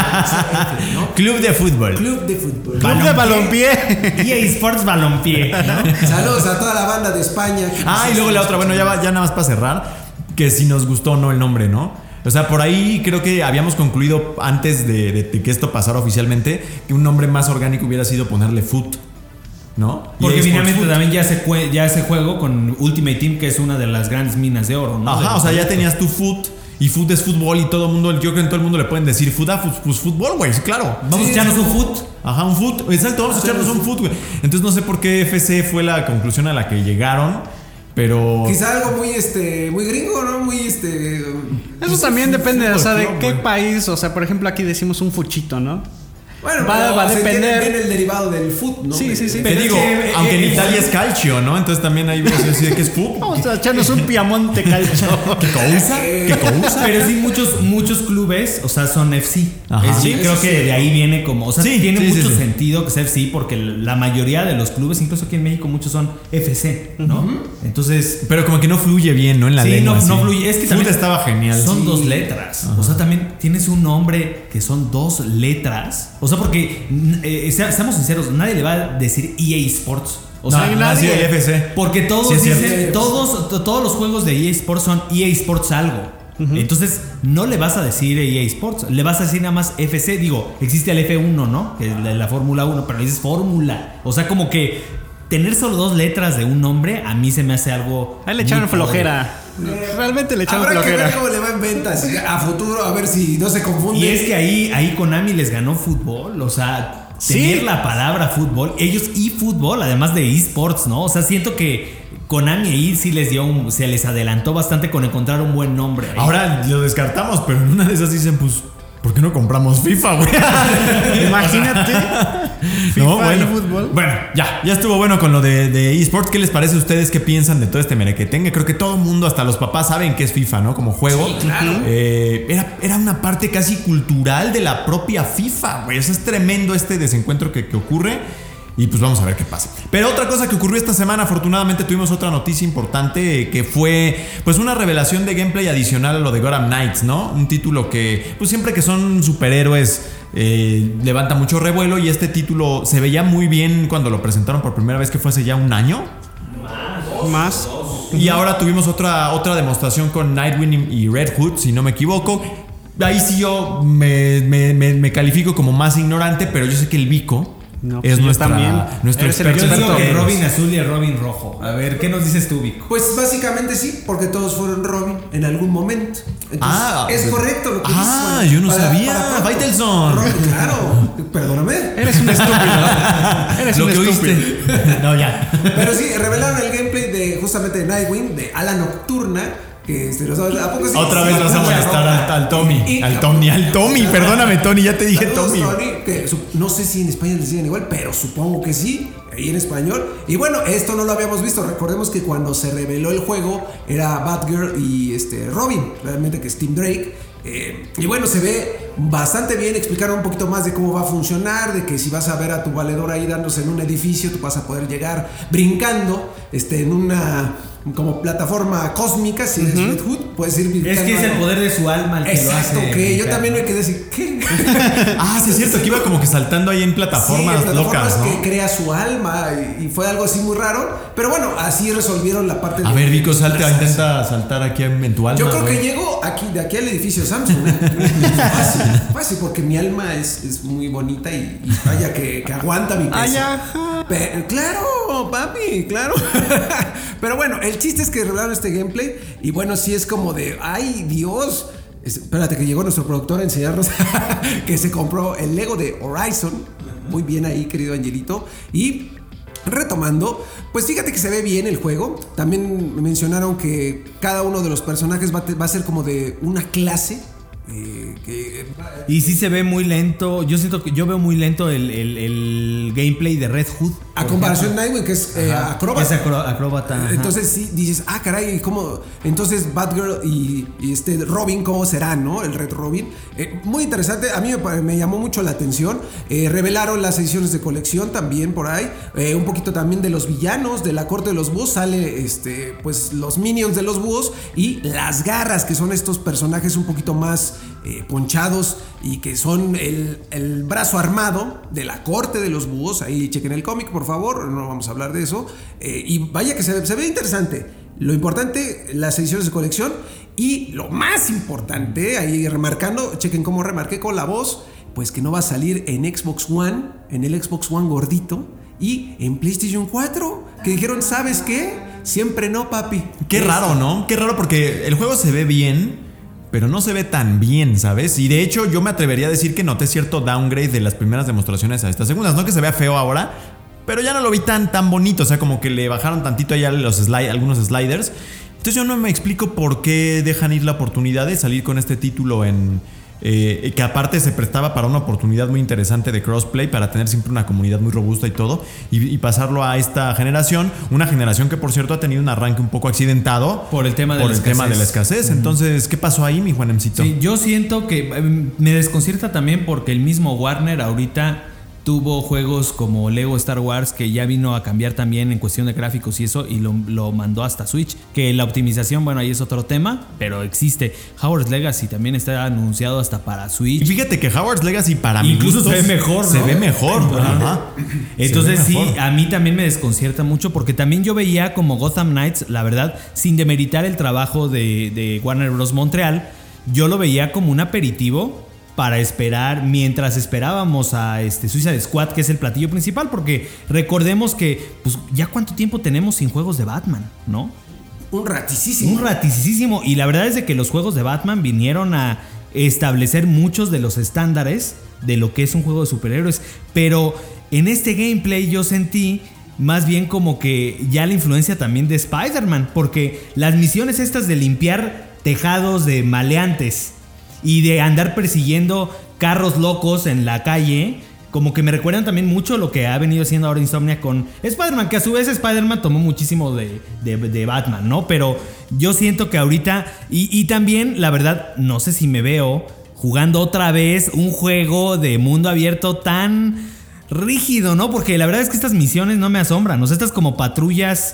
¿no? Club de fútbol. Club de fútbol. Club de balompié. E A Sports Balompié, ¿no? Saludos a toda la banda de España. Ah, y luego la otra, bueno, ya, va- ya nada más para cerrar, que si nos gustó o no el nombre, ¿no? O sea, por ahí creo que habíamos concluido antes de, de- de que esto pasara oficialmente que un nombre más orgánico hubiera sido ponerle Foot, ¿no? Porque E A Sports finalmente Foot. también ya se, cue- ya ese juego con Ultimate Team, que es una de las grandes minas de oro, ¿no? Ajá, De- o sea, ya tenías tu Foot y Foot es fútbol y todo el mundo, yo creo que en todo el mundo le pueden decir Foot, ah, pues, pues fútbol, güey, sí, claro. Vamos Sí, a echarnos sí. un foot. Ajá, un Foot, exacto, vamos a echarnos un Foot, güey. Entonces no sé por qué F C fue la conclusión a la que llegaron, pero... Quizá algo muy este muy gringo, ¿no? Muy este Eso también depende, o sea, de Fútbol, qué güey. país. O sea, por ejemplo, aquí decimos un fuchito, ¿no? Bueno, Va- pero, va a o sea, depender. Viene, viene el derivado del foot, ¿no? Sí, sí, sí. Te Pero digo, es que, aunque eh, en eh, Italia eh, es calcio, ¿no? Entonces también hay veces así de que es Foot. Vamos a echarnos un piamonte calcio. ¿Qué cosa? ¿Qué cosa? Pero sí, muchos, muchos clubes, o sea, son F C. Ajá. Es- Sí, creo eso que sí. de ahí viene como. O sea, Sí, tiene sí, sí, mucho sí. sentido que sea F C, porque la mayoría de los clubes, incluso aquí en México, muchos son F C, ¿no? Entonces. Pero como que no fluye bien, ¿no? En la Sí, lengua. no, así. no fluye. Es que Foot también estaba genial. Son Sí. dos letras. O sea, también tienes un nombre que son dos letras. O sea, porque, eh, sea- seamos sinceros, nadie le va a decir E A Sports. O No, sea, no, nadie. sí, el F C. porque todos Sí, es dicen, cierto. todos, to- todos los juegos de E A Sports son E A Sports algo. Uh-huh. Entonces, no le vas a decir E A Sports, le vas a decir nada más F C. Digo, existe el F uno, ¿no? Que es la, la Fórmula uno, pero le dices Fórmula. O sea, como que tener solo dos letras de un nombre, a mí se me hace algo. Ahí le echaron flojera. Eh, Realmente le echaron Habrá flojera. que ver cómo le va en ventas a futuro, a ver si no se confunde. Y es que ahí, ahí Konami les ganó fútbol, o sea, tener Sí. la palabra fútbol, ellos y fútbol, además de eSports, ¿no? O sea, siento que Konami ahí sí les dio un, se les adelantó bastante con encontrar un buen nombre. Ahí. Ahora lo descartamos, pero en una de esas dicen, pues, ¿por qué no compramos FIFA, güey? Imagínate. FIFA No, bueno, y fútbol. bueno, ya, ya estuvo bueno con lo de, de eSports. ¿Qué les parece a ustedes? ¿Qué piensan de todo este merequetengue? Creo que todo el mundo, hasta los papás, saben qué es FIFA, ¿no? Como juego. Sí, claro. Eh, era, era una parte casi cultural de la propia FIFA, güey. O sea, es tremendo este desencuentro que, que ocurre. Y pues vamos a ver qué pasa. Pero otra cosa que ocurrió esta semana, afortunadamente tuvimos otra noticia importante, que fue pues una revelación de gameplay adicional a lo de Gotham Knights, ¿no? Un título que pues siempre que son superhéroes eh, levanta mucho revuelo, y este título se veía muy bien cuando lo presentaron por primera vez, que fue hace ya un año. Más. Y ahora tuvimos otra, otra demostración con Nightwing y Red Hood, si no me equivoco. Ahí sí yo me, me, me, me califico como más ignorante, pero yo sé que el Vico No, pues es yo nuestra, también. nuestro Eres el experto. Yo digo que en Robin todos. azul y el Robin rojo. A ver, ¿qué nos dices tú, Vico? Pues básicamente sí, porque todos fueron Robin en algún momento. Entonces, Ah, es pues- correcto lo que Ah, dices. yo no sabía. pronto. Faitelson. Robin, claro. Perdóname. Eres un estúpido. Eres Lo un que estúpido. oíste. No, ya. Pero sí, revelaron el gameplay de justamente de Nightwing, de Ala Nocturna. Que este, ¿a poco sí? Otra Sí, vez vas a mucha molestar ropa. al, al Tommy. Y- al Tommy, al Tommy. Perdóname, Tony, ya te dije Saludos, Tommy. Tony, que su- no sé si en España les dicen igual, pero supongo que sí, ahí en español. Y bueno, esto no lo habíamos visto. Recordemos que cuando se reveló el juego era Batgirl y este Robin, realmente que es Tim Drake. Eh, y bueno, se ve bastante bien. Explicaron un poquito más de cómo va a funcionar, de que si vas a ver a tu valedor ahí dándose en un edificio, tú vas a poder llegar brincando este, en una como plataforma cósmica. Si eres Red Hood, puedes ir brincando. Es que es el poder de su alma el que Exacto, lo hace. que yo brincar, también ¿no? me quedé así, ¿qué? Ah, sí, es cierto, que iba como que saltando ahí en plataformas Sí, en plataformas locas, ¿no? que crea su alma, y, y fue algo así muy raro. Pero bueno, así resolvieron la parte A de. ver, Vico, salta, las- intenta saltar aquí en tu alma. Yo creo güey. que llego aquí, de aquí al edificio Samsung. ¿eh? Fácil, fácil, porque mi alma es, es muy bonita y, y vaya que, que aguanta mi peso. Ay, ajá. Pe- claro, papi, claro. Pero bueno, el chiste es que revelaron este gameplay. Y bueno, sí es como de, ay, Dios. Es- espérate, que llegó nuestro productor a enseñarnos que se compró el Lego de Horizon. Muy bien ahí, querido Angelito. Y retomando, pues fíjate que se ve bien el juego. También mencionaron que cada uno de los personajes va a, te- va a ser como de una clase. Eh, que, Y sí se ve muy lento. Yo siento que yo veo muy lento el, el, el gameplay de Red Hood. a por comparación de ejemplo. Nightwing, que es eh, Ajá, acróbata. Es acro- acróbata. ajá. Entonces sí dices, ah, caray, ¿cómo? Entonces Batgirl y, y este Robin, ¿cómo será, no? El Red Robin. Eh, muy interesante, a mí me, pare- me llamó mucho la atención. Eh, revelaron las ediciones de colección también por ahí. Eh, un poquito también de los villanos, de la corte de los búhos. Sale, este, pues, los minions de los búhos y las garras, que son estos personajes un poquito más eh, ponchados y que son el, el brazo armado de la corte de los búhos. Ahí chequen el cómic, por favor, no vamos a hablar de eso. Eh, y vaya que se, se ve interesante. Lo importante, las ediciones de colección. Y lo más importante, ahí remarcando, chequen cómo remarqué con la voz, pues que no va a salir en Xbox One, en el Xbox One gordito, y en PlayStation cuatro, que dijeron, ¿sabes qué? Siempre no, papi. Qué raro, ¿no? Qué raro, porque el juego se ve bien, pero no se ve tan bien, ¿sabes? Y de hecho yo me atrevería a decir que noté cierto downgrade de las primeras demostraciones a estas segundas. No que se vea feo ahora, pero ya no lo vi tan, tan bonito. O sea, como que le bajaron tantito allá los slide, algunos sliders. Entonces yo no me explico por qué dejan ir la oportunidad de salir con este título en... Eh, que aparte se prestaba para una oportunidad muy interesante de crossplay, para tener siempre una comunidad muy robusta y todo, y, y pasarlo a esta generación, una generación que por cierto ha tenido un arranque un poco accidentado Por el tema de por la el tema escasez. de la escasez. Entonces, ¿qué pasó ahí, mi Juanemcito? Sí, yo siento que eh, me desconcierta también porque el mismo Warner ahorita tuvo juegos como Lego Star Wars, que ya vino a cambiar también en cuestión de gráficos y eso, y lo, lo mandó hasta Switch. Que la optimización, bueno, ahí es otro tema, pero existe. Hogwarts Legacy también está anunciado hasta para Switch. Y fíjate que Hogwarts Legacy para mí incluso se ve mejor, ¿no? Se ve mejor. Ajá. Entonces Se ve mejor. sí, a mí también me desconcierta mucho, porque también yo veía como Gotham Knights, la verdad, sin demeritar el trabajo de, de Warner Bros. Montreal, yo lo veía como un aperitivo para esperar, mientras esperábamos a este Suicide Squad, que es el platillo principal, porque recordemos que pues ya cuánto tiempo tenemos sin juegos de Batman, ¿no? Un raticísimo. Un raticísimo. Y la verdad es de que los juegos de Batman vinieron a establecer muchos de los estándares de lo que es un juego de superhéroes. Pero en este gameplay yo sentí más bien como que ya la influencia también de Spider-Man, porque las misiones estas de limpiar tejados de maleantes y de andar persiguiendo carros locos en la calle, como que me recuerdan también mucho lo que ha venido haciendo ahora Insomniac con Spider-Man, que a su vez Spider-Man tomó muchísimo de, de, de Batman, ¿no? Pero yo siento que ahorita, y, y también la verdad no sé si me veo jugando otra vez un juego de mundo abierto tan rígido, ¿no? Porque la verdad es que estas misiones no me asombran, o sea, estas como patrullas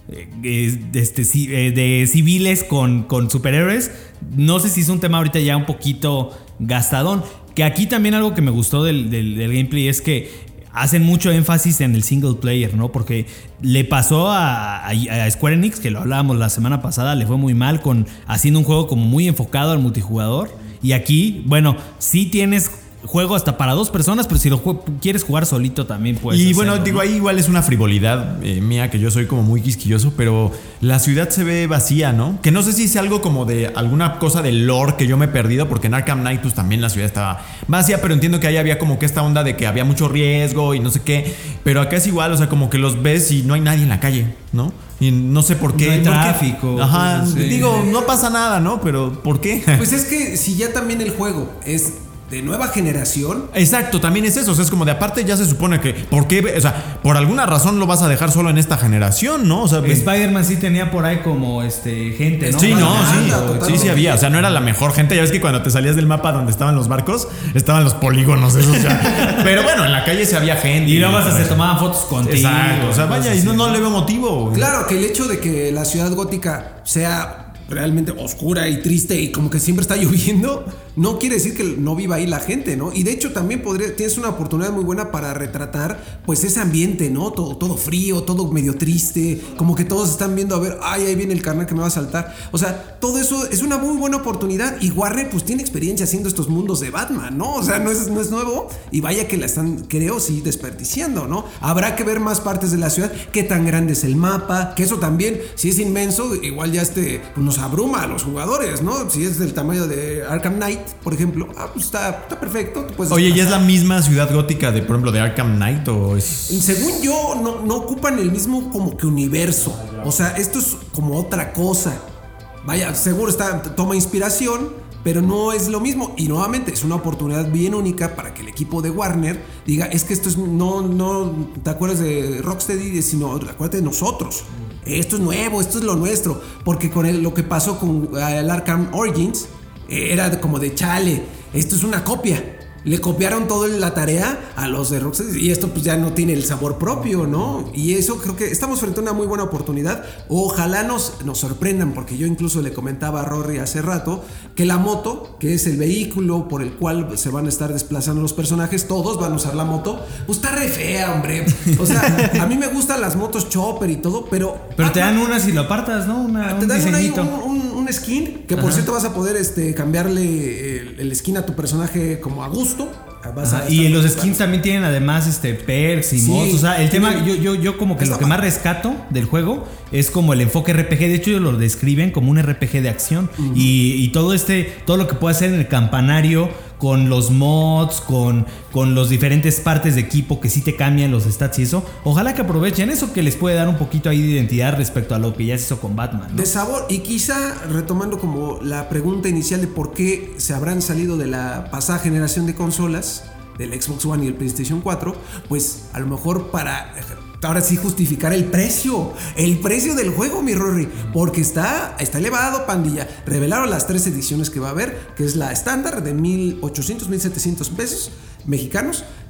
Eh, este, eh, de civiles con, con superhéroes. No sé si es un tema ahorita ya un poquito gastadón. Que aquí también algo que me gustó del, del, del gameplay es que hacen mucho énfasis en el single player, ¿no? Porque le pasó a, a, a Square Enix, que lo hablábamos la semana pasada, le fue muy mal con haciendo un juego como muy enfocado al multijugador. Y aquí, bueno, sí tienes juego hasta para dos personas, pero si lo ju- quieres jugar solito también puedes. Y hacerlo, bueno, digo, ¿no? ahí igual es una frivolidad eh, mía, que yo soy como muy quisquilloso, pero la ciudad se ve vacía, ¿no? Que no sé si es algo como de alguna cosa del lore que yo me he perdido, porque en Arkham Knight pues también la ciudad estaba vacía, pero entiendo que ahí había como que esta onda de que había mucho riesgo y no sé qué, pero acá es igual, o sea, como que los ves y no hay nadie en la calle, ¿no? Y no sé por qué. No hay ¿por qué? tráfico, Ajá, pues, sí. digo, no pasa nada, ¿no? Pero ¿por qué? Pues es que si ya también el juego es de nueva generación. Exacto, también es eso, o sea, es como de aparte ya se supone que, ¿por qué? O sea, por alguna razón lo vas a dejar solo en esta generación, ¿no? O sea, Spider-Man sí tenía por ahí como este gente, ¿no? sí, no, Anda, sí, totalmente. sí, sí había, o sea, no era la mejor gente, ya ves que cuando te salías del mapa donde estaban los barcos, estaban los polígonos esos ya, pero bueno, en la calle se había gente. Y luego se tomaban fotos contigo. Exacto, o sea, vaya, y no, así, no le veo motivo. Claro que el hecho de que la ciudad gótica sea realmente oscura y triste y como que siempre está lloviendo, no quiere decir que no viva ahí la gente, ¿no? Y de hecho también podría, tienes una oportunidad muy buena para retratar pues ese ambiente, ¿no? Todo, todo frío, todo medio triste, como que todos están viendo a ver, ay, ahí viene el carnal que me va a saltar. O sea, todo eso es una muy buena oportunidad y Warner pues tiene experiencia haciendo estos mundos de Batman, ¿no? O sea, no es, no es nuevo y vaya que la están, creo, sí, desperdiciando, ¿no? Habrá que ver más partes de la ciudad, qué tan grande es el mapa, que eso también, si es inmenso, igual ya este, pues nos abruma a los jugadores, ¿no? Si es del tamaño de Arkham Knight, por ejemplo, ah, pues está, está perfecto. Tú puedes Oye, ¿y es pasar. la misma ciudad gótica de, por ejemplo, de Arkham Knight o es...? Según yo, no, no ocupan el mismo como que universo. O sea, esto es como otra cosa. Vaya, seguro está, toma inspiración, pero no es lo mismo. Y nuevamente, es una oportunidad bien única para que el equipo de Warner diga, es que esto es, no, no, te acuerdas de Rocksteady, sino acuérdate de nosotros. Esto es nuevo, esto es lo nuestro. Porque con el, lo que pasó con el Arkham Origins, era como de chale, esto es una copia. Le copiaron toda la tarea a los de Rocksteady y esto pues ya no tiene el sabor propio, ¿no? Y eso creo que estamos frente a una muy buena oportunidad. Ojalá nos, nos sorprendan, porque yo incluso le comentaba a Rory hace rato que la moto, que es el vehículo por el cual se van a estar desplazando los personajes, todos van a usar la moto, pues está re fea, hombre. O sea, a mí me gustan las motos chopper y todo, pero... Pero te dan una si lo apartas, ¿no? Una, Te un dan una ahí, diseñito. un, un, un skin, que por Ajá. cierto vas a poder este, cambiarle el, el skin a tu personaje como a gusto. Vas a Ajá, y estar- los skins también tienen además este perks y Sí, mods. O sea, el tema, yo, tienen- yo, yo como que Está lo que más rescato del juego es como el enfoque R P G. De hecho, ellos lo describen como un R P G de acción. Uh-huh. y, y todo este, todo lo que puede hacer en el campanario, con los mods, con, con los diferentes partes de equipo que sí te cambian los stats y eso. Ojalá que aprovechen eso, que les puede dar un poquito ahí de identidad respecto a lo que ya se hizo con Batman, ¿no? De sabor, y quizá retomando como la pregunta inicial de por qué se habrán salido de la pasada generación de consolas, del Xbox One y el PlayStation cuatro, pues a lo mejor para ahora sí justificar el precio, el precio del juego, mi Rory, porque está, está elevado, pandilla. Revelaron las tres ediciones que va a haber, que es la estándar de mil ochocientos, mil setecientos pesos mexicanos,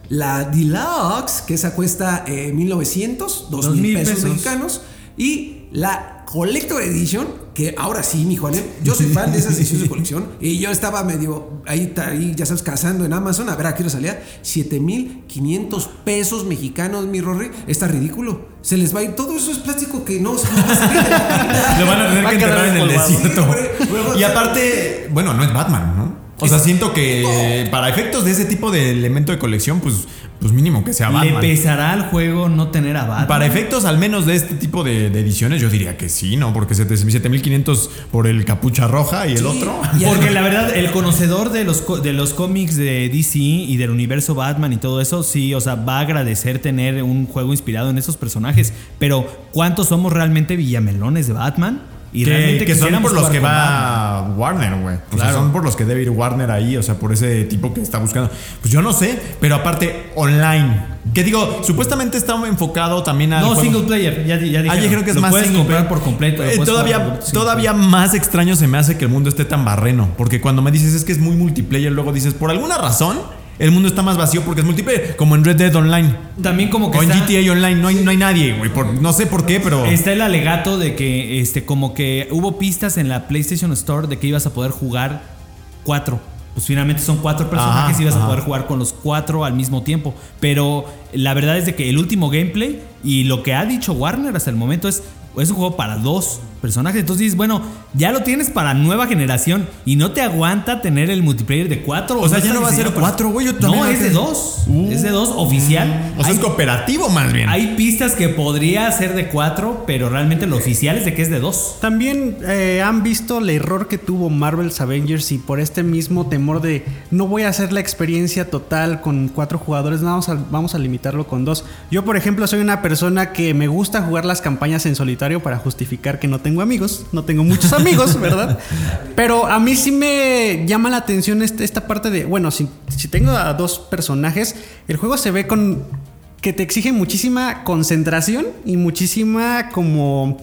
La Deluxe, que esa cuesta eh, mil novecientos, dos mil pesos mexicanos. Y la Collector Edition, que ahora sí, mi Juan, yo soy fan de esas ediciones de colección. Y yo estaba medio ahí, ahí, ya sabes, cazando en Amazon. A ver a qué hora salía. siete mil quinientos pesos mexicanos, mi Rory. Está ridículo. Se les va a ir. Todo eso es plástico que no se va a salir. Lo van a tener Va que a quedar enterrar en el empolvado. desierto. Y aparte, bueno, no es Batman, ¿no? O sea, siento que para efectos de ese tipo de elemento de colección, pues, pues mínimo que sea Batman. ¿Le pesará al juego no tener a Batman? Para efectos al menos de este tipo de, de ediciones, yo diría que sí, ¿no? Porque siete mil quinientos por el capucha roja y el Sí, otro. y Porque la verdad, el conocedor de los, co- de los cómics de D C y del universo Batman y todo eso, sí, o sea, va a agradecer tener un juego inspirado en esos personajes. Pero, ¿cuántos somos realmente villamelones de Batman? Y Que, realmente que son quisiéramos por los jugar que con Batman. va Warner, güey. O sea, Claro. son por los que debe ir Warner ahí, o sea, por ese tipo que está buscando. Pues yo no sé, pero aparte, online. Que digo, supuestamente está enfocado también a. No, single player, ya, ya dijeron. Ah, yo creo que es Lo más puedes single comprar player. por completo. lo Eh, puedes todavía jugar por single todavía player. más extraño se me hace que el mundo esté tan barreno. Porque cuando me dices es que es muy multiplayer, luego dices, por alguna razón, el mundo está más vacío porque es multiplayer. Como en Red Dead Online. También como que O en está, G T A Online no hay, no hay nadie, güey. por- No sé por qué, pero. está el alegato de que este como que hubo pistas en la PlayStation Store de que ibas a poder jugar cuatro. Pues finalmente son cuatro personajes Ajá, y ibas ajá. a poder jugar con los cuatro al mismo tiempo. Pero la verdad es de que el último gameplay y lo que ha dicho Warner hasta el momento es, es un juego para dos personajes. Entonces dices, bueno, ya lo tienes para nueva generación y no te aguanta tener el multiplayer de cuatro. O sea, ya está no va a ser diseñado para- cuatro, güey, yo también No, lo es de que- dos. Uh. Es de dos oficial. O sea, Hay- es cooperativo más bien. hay pistas que podría ser de cuatro, pero realmente lo oficial es de que es de dos. También eh, han visto el error que tuvo Marvel's Avengers y por este mismo temor de no voy a hacer la experiencia total con cuatro jugadores, no, vamos a, vamos a limitarlo con dos. Yo, por ejemplo, soy una persona que me gusta jugar las campañas en solitario para justificar que no tengo amigos, no tengo muchos amigos, ¿verdad? Pero a mí sí me llama la atención este- esta parte de, bueno, si, si tengo a dos personajes, el juego se ve con que te exige muchísima concentración y muchísima como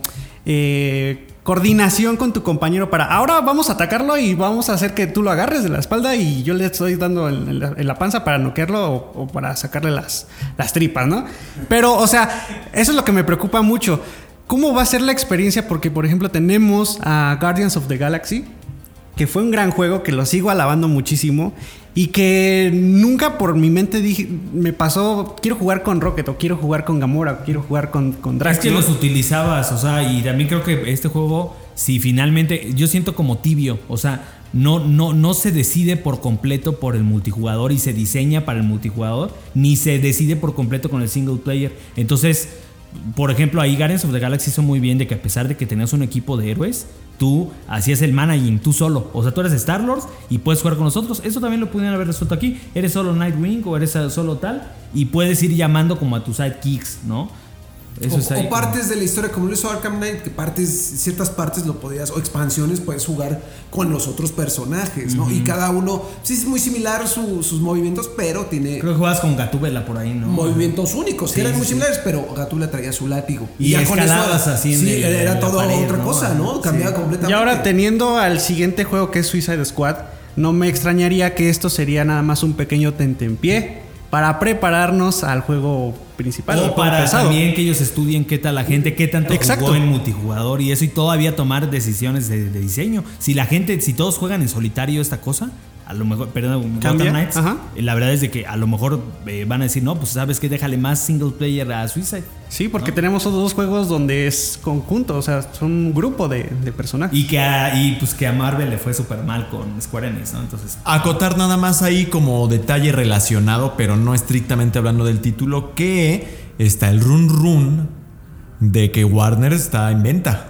eh, coordinación con tu compañero para ahora vamos a atacarlo y vamos a hacer que tú lo agarres de la espalda y yo le estoy dando en, en la, en la panza para noquearlo o, o para sacarle las, las tripas, ¿no? Pero, o sea, eso es lo que me preocupa mucho. ¿Cómo va a ser la experiencia? Porque, por ejemplo, tenemos a Guardians of the Galaxy, que fue un gran juego, que lo sigo alabando muchísimo y que nunca por mi mente dije, me pasó, quiero jugar con Rocket o quiero jugar con Gamora o quiero jugar con, con Drax. Es que ¿no? los utilizabas, o sea, y también creo que este juego, si finalmente, yo siento como tibio, o sea, no, no, no se decide por completo por el multijugador y se diseña para el multijugador, ni se decide por completo con el single player. Entonces, por ejemplo, ahí Guardians of the Galaxy hizo muy bien de que a pesar de que tenías un equipo de héroes, tú hacías el managing tú solo. O sea, tú eres Star-Lord y puedes jugar con nosotros. Eso también lo pudieron haber resuelto aquí. Eres solo Nightwing o eres solo tal y puedes ir llamando como a tus sidekicks, ¿no? Eso o, está ahí o partes de la historia, como lo hizo Arkham Knight, que partes, ciertas partes lo podías, o expansiones puedes jugar con los otros personajes, ¿no? Uh-huh. Y cada uno, sí es muy similar su, sus movimientos, pero tiene... Creo que jugabas con Gatúbela por ahí, ¿no? Movimientos únicos, sí, que eran sí, muy sí. similares, pero Gatúbela traía su látigo. Y, y ya escalabas con eso, así en sí, el, era en todo pared, otra ¿no? cosa, ¿no? Cambiaba sí. completamente. Y ahora teniendo al siguiente juego que es Suicide Squad, no me extrañaría que esto sería nada más un pequeño tentempié para prepararnos al juego principal. O para pesado. también que ellos estudien qué tal la gente, qué tanto Exacto. jugó en multijugador y eso, y todavía tomar decisiones de, de diseño. Si la gente, si todos juegan en solitario esta cosa, a lo mejor, perdón, ¿Cambia? Gotham Knights, Ajá. la verdad es de que a lo mejor eh, van a decir, no, pues sabes que déjale más single player a Suicide. Sí, porque ¿no? tenemos otros dos juegos donde es conjunto, o sea, son un grupo de, de personajes. Y que, a, y pues que a Marvel le fue súper mal con Square Enix, ¿no? Entonces, acotar nada más ahí como detalle relacionado, pero no estrictamente hablando del título, que está el run run de que Warner está en venta.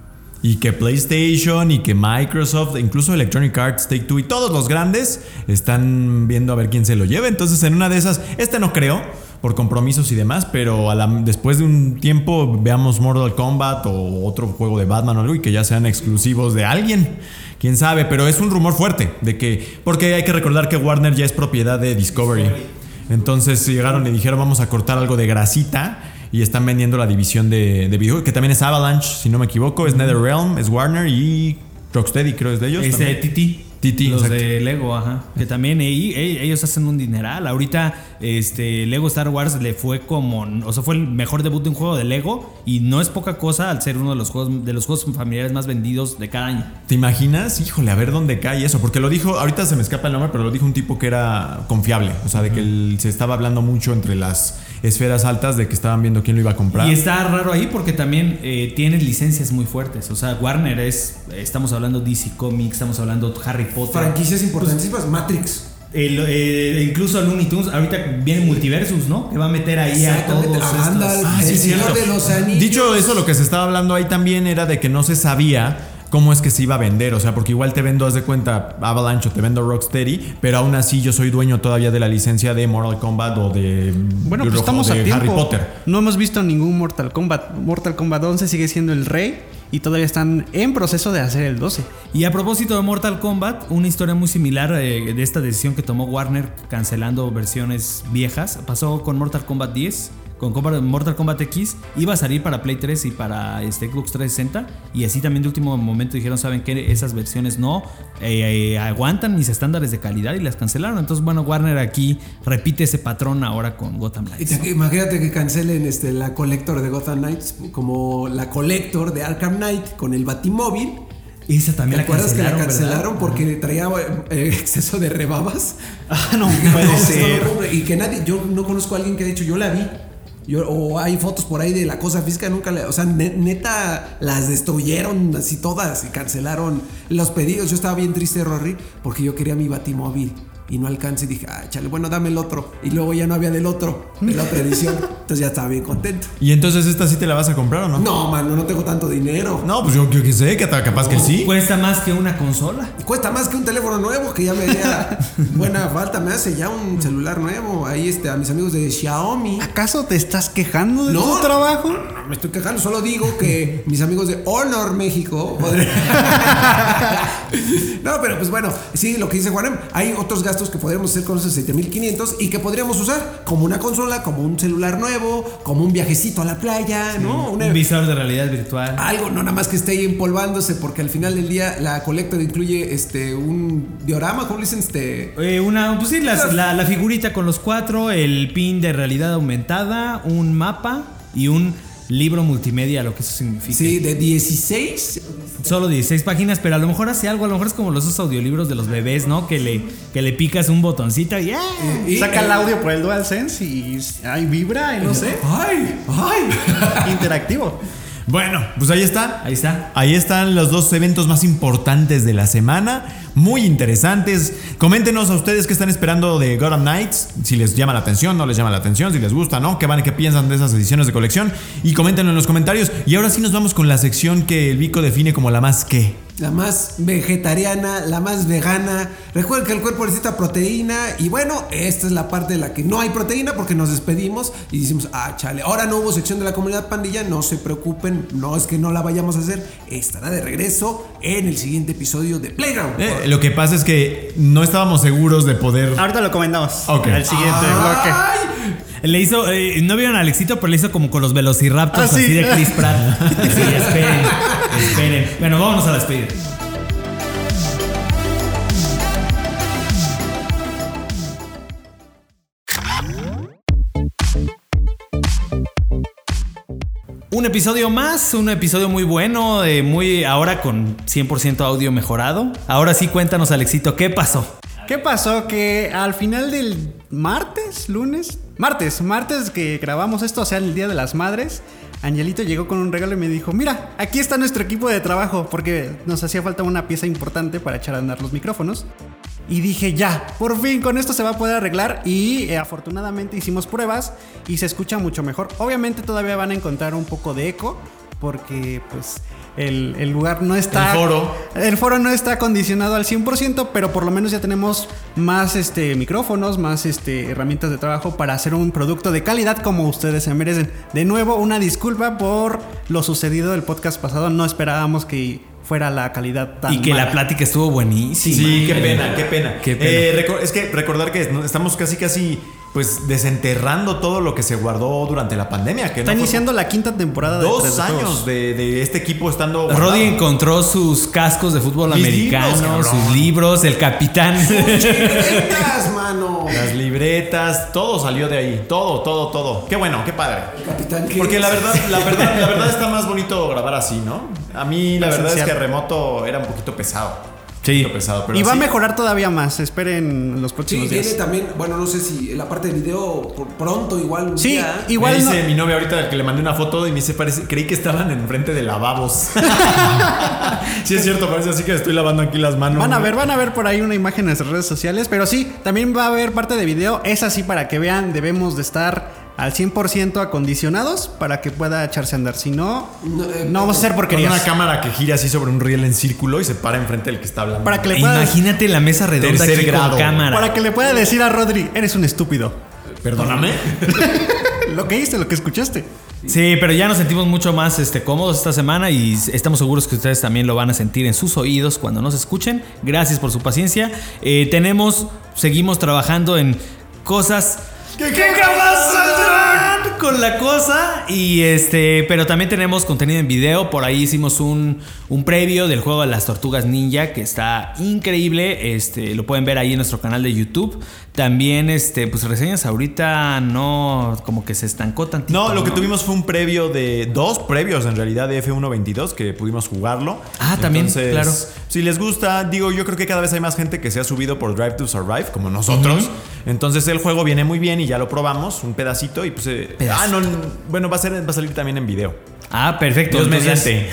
Y que PlayStation y que Microsoft, incluso Electronic Arts, Take-Two y todos los grandes están viendo a ver quién se lo lleva. Entonces en una de esas, este no creo, por compromisos y demás, pero a la, después de un tiempo veamos Mortal Kombat o otro juego de Batman o algo y que ya sean exclusivos de alguien. Quién sabe, pero es un rumor fuerte de que, porque hay que recordar que Warner ya es propiedad de Discovery. Entonces llegaron y dijeron vamos a cortar algo de grasita. Y están vendiendo la división de, de videojuegos, que también es Avalanche, si no me equivoco, es NetherRealm, es Warner y Rocksteady, creo es de ellos. es de T T. T T T, los exacto. de Lego, ajá. Que también ell- ell- ellos hacen un dineral. Ahorita, este, Lego Star Wars le fue como, o sea, fue el mejor debut de un juego de Lego y no es poca cosa al ser uno de los juegos de los juegos familiares más vendidos de cada año. ¿Te imaginas? Híjole, a ver dónde cae eso. Porque lo dijo, ahorita se me escapa el nombre, pero lo dijo un tipo que era confiable. O sea, de que él, se estaba hablando mucho entre las esferas altas de que estaban viendo quién lo iba a comprar. Y está raro ahí porque también eh, tienes licencias muy fuertes. O sea, Warner es, estamos hablando D C Comics, estamos hablando Harry Potter. Franquicias importantísimas, Matrix. El, eh, incluso Looney Tunes, ahorita viene Multiversus, ¿no? Que va a meter ahí a todos Exactamente, estos. Gandalf, Ah, sí, el cierto. Señor de los Anillos. Dicho eso, lo que se estaba hablando ahí también era de que no se sabía cómo es que se iba a vender. O sea, porque igual te vendo, haz de cuenta, Avalanche o te vendo Rocksteady, pero aún así yo soy dueño todavía de la licencia de Mortal Kombat o de, Bueno, de, pues estamos de a tiempo. Harry Potter. No hemos visto ningún Mortal Kombat. Mortal Kombat once sigue siendo el rey y todavía están en proceso de hacer el doce. Y a propósito de Mortal Kombat, una historia muy similar eh, de esta decisión que tomó Warner cancelando versiones viejas, pasó con Mortal Kombat diez. Con Mortal Kombat X iba a salir para Play tres y para este Xbox trescientos sesenta y así también de último momento dijeron, saben que esas versiones no eh, eh, aguantan mis estándares de calidad y las cancelaron. Entonces bueno, Warner aquí repite ese patrón ahora con Gotham Y Knights. te- Imagínate que cancelen este, la Collector de Gotham Knights, como la Collector de Arkham Knight con el Batimóvil. Esa ¿Te también la acuerdas que la cancelaron, cancelaron ¿verdad? porque traía eh, exceso de rebabas? Ah, no No, puede no, ser. no, y que nadie, yo no conozco a alguien que ha dicho, yo la vi. Yo, o hay fotos por ahí de la cosa física, nunca la, o sea, ne- neta las destruyeron así todas y cancelaron los pedidos. Yo estaba bien triste, Rory, porque yo quería mi Batimóvil y no alcancé y dije, ah, chale, bueno, dame el otro. Y luego ya no había del otro, de la otra edición. Entonces ya estaba bien contento. ¿Y entonces esta sí te la vas a comprar o no? No, mano, no tengo tanto dinero. No, pues yo, yo que sé, que capaz que sí. Cuesta más que una consola. Cuesta más que un teléfono nuevo, que ya me haría buena falta, me hace ya un celular nuevo. Ahí este, a mis amigos de Xiaomi. ¿Acaso te estás quejando de No. tu trabajo? Me estoy quejando, solo digo que mis amigos de Honor México podrían... No, pero pues bueno, sí, lo que dice Juanem, hay otros gastos que podríamos hacer con esos siete mil quinientos y que podríamos usar como una consola, como un celular nuevo, como un viajecito a la playa, ¿no? Una- Un visor de realidad virtual. algo, no nada más que esté ahí empolvándose, porque al final del día la Collector incluye este un diorama, ¿cómo le dicen? Este... Eh, una, pues sí, las- la, la figurita con los cuatro, el pin de realidad aumentada, un mapa y un libro multimedia, lo que eso significa. Sí, de dieciséis. Solo dieciséis páginas, pero a lo mejor hace algo, a lo mejor es como los esos audiolibros de los bebés, ¿no? Que le, que le picas un botoncito y ¡ah! Y- Saca el audio por el DualSense y ahí vibra y no sé. ¡Ay! ¡Ay! Interactivo. Bueno, pues ahí está. Ahí está. Ahí están los dos eventos más importantes de la semana, muy interesantes. Coméntenos a ustedes qué están esperando de Gotham Knights, si les llama la atención, no les llama la atención, si les gusta, ¿no? ¿Qué van, qué piensan de esas ediciones de colección? Y coméntenlo en los comentarios. Y ahora sí nos vamos con la sección que el Vico define como la más qué. La más vegetariana, la más vegana. Recuerden que el cuerpo necesita proteína. Y bueno, esta es la parte de la que no hay proteína porque nos despedimos y decimos, ah, chale, ahora no hubo sección de la comunidad pandilla. No se preocupen, no es que no la vayamos a hacer. Estará de regreso en el siguiente episodio de Playground. Eh, lo que pasa es que no estábamos seguros de poder... Ahorita lo comentamos. Ok. Al siguiente bloque. ¡Ay! Le hizo, eh, no vieron a Alexito, pero le hizo como con los velociraptors Ah, sí. así de Chris Pratt. Sí, esperen, esperen. Bueno, vámonos a despedir. Un episodio más, un episodio muy bueno, eh, muy ahora con cien por ciento audio mejorado. Ahora sí, cuéntanos, Alexito, ¿qué pasó? ¿Qué pasó? Que al final del martes, lunes, martes, martes que grabamos esto, o sea, el Día de las Madres, Angelito llegó con un regalo y me dijo, mira, aquí está nuestro equipo de trabajo, porque nos hacía falta una pieza importante para echar a andar los micrófonos. Y dije, ya, por fin con esto se va a poder arreglar. Y eh, afortunadamente hicimos pruebas y se escucha mucho mejor. Obviamente todavía van a encontrar un poco de eco, porque pues el, el lugar no está... El foro. El foro no está acondicionado al cien por ciento, pero por lo menos ya tenemos más este, micrófonos, más este, herramientas de trabajo para hacer un producto de calidad como ustedes se merecen. De nuevo, una disculpa por lo sucedido del podcast pasado. No esperábamos que fuera la calidad tan Y que mala. la plática estuvo buenísima. Sí, qué pena, qué pena. Qué pena. Eh, reco- es que recordar que no- estamos casi, casi pues desenterrando todo lo que se guardó durante la pandemia. Que Está no iniciando la quinta temporada de dos tres de años de, de este equipo estando guardado. Roddy encontró sus cascos de fútbol Mis americano, libros, sus libros, el capitán. ¡Libretas, mano! Las libretas, todo salió de ahí. Todo, todo, todo. Qué bueno, qué padre. El capitán que Porque la verdad, la verdad, la verdad está más bonito grabar así, ¿no? A mí la verdad es Presencial. que remoto era un poquito pesado. Sí. Un poquito pesado, pero Y va a sí. mejorar todavía más. Esperen los Sí, próximos viene días. también, bueno, no sé si la parte de video por pronto igual un Sí, día. igual me no- dice mi novia ahorita que le mandé una foto y me dice, parece, creí que estaban enfrente de lavabos. Sí es cierto, parece así que estoy lavando aquí las manos. Van a ver, van a ver por ahí una imagen en nuestras redes sociales, pero sí, también va a haber parte de video. Es así para que vean, debemos de estar al cien por ciento acondicionados para que pueda echarse a andar. Si no, No, no, eh, vamos a hacer Con porquerías. una cámara que gira así sobre un riel en círculo y se para enfrente del que está hablando. Para que le pueda, Imagínate la mesa redonda Tercer aquí grado. con cámara. para que le pueda decir a Rodri, eres un estúpido. Perdóname. Lo que viste, lo que escuchaste. Sí, pero ya nos sentimos mucho más este, cómodos esta semana y estamos seguros que ustedes también lo van a sentir en sus oídos cuando nos escuchen. Gracias por su paciencia. Eh, tenemos, seguimos trabajando en cosas que jamás saldrán con la cosa. Y este, pero también tenemos contenido en video. Por ahí hicimos un, un previo del juego de las tortugas ninja que está increíble. Este, lo pueden ver ahí en nuestro canal de YouTube. También, este, pues reseñas ahorita no, como que se estancó tantito. No, lo que tuvimos fue un previo de dos previos en realidad de F uno veintidós que pudimos jugarlo. Ah, también, claro. Si les gusta, digo, yo creo que cada vez hay más gente que se ha subido por Drive to Survive, como nosotros. Uh-huh. Entonces el juego viene muy bien y ya lo probamos, un pedacito y pues... Eh, Pedacito. ah, no, bueno, va a, ser, va a salir también en video. Ah, perfecto. Dios Entonces, mediante.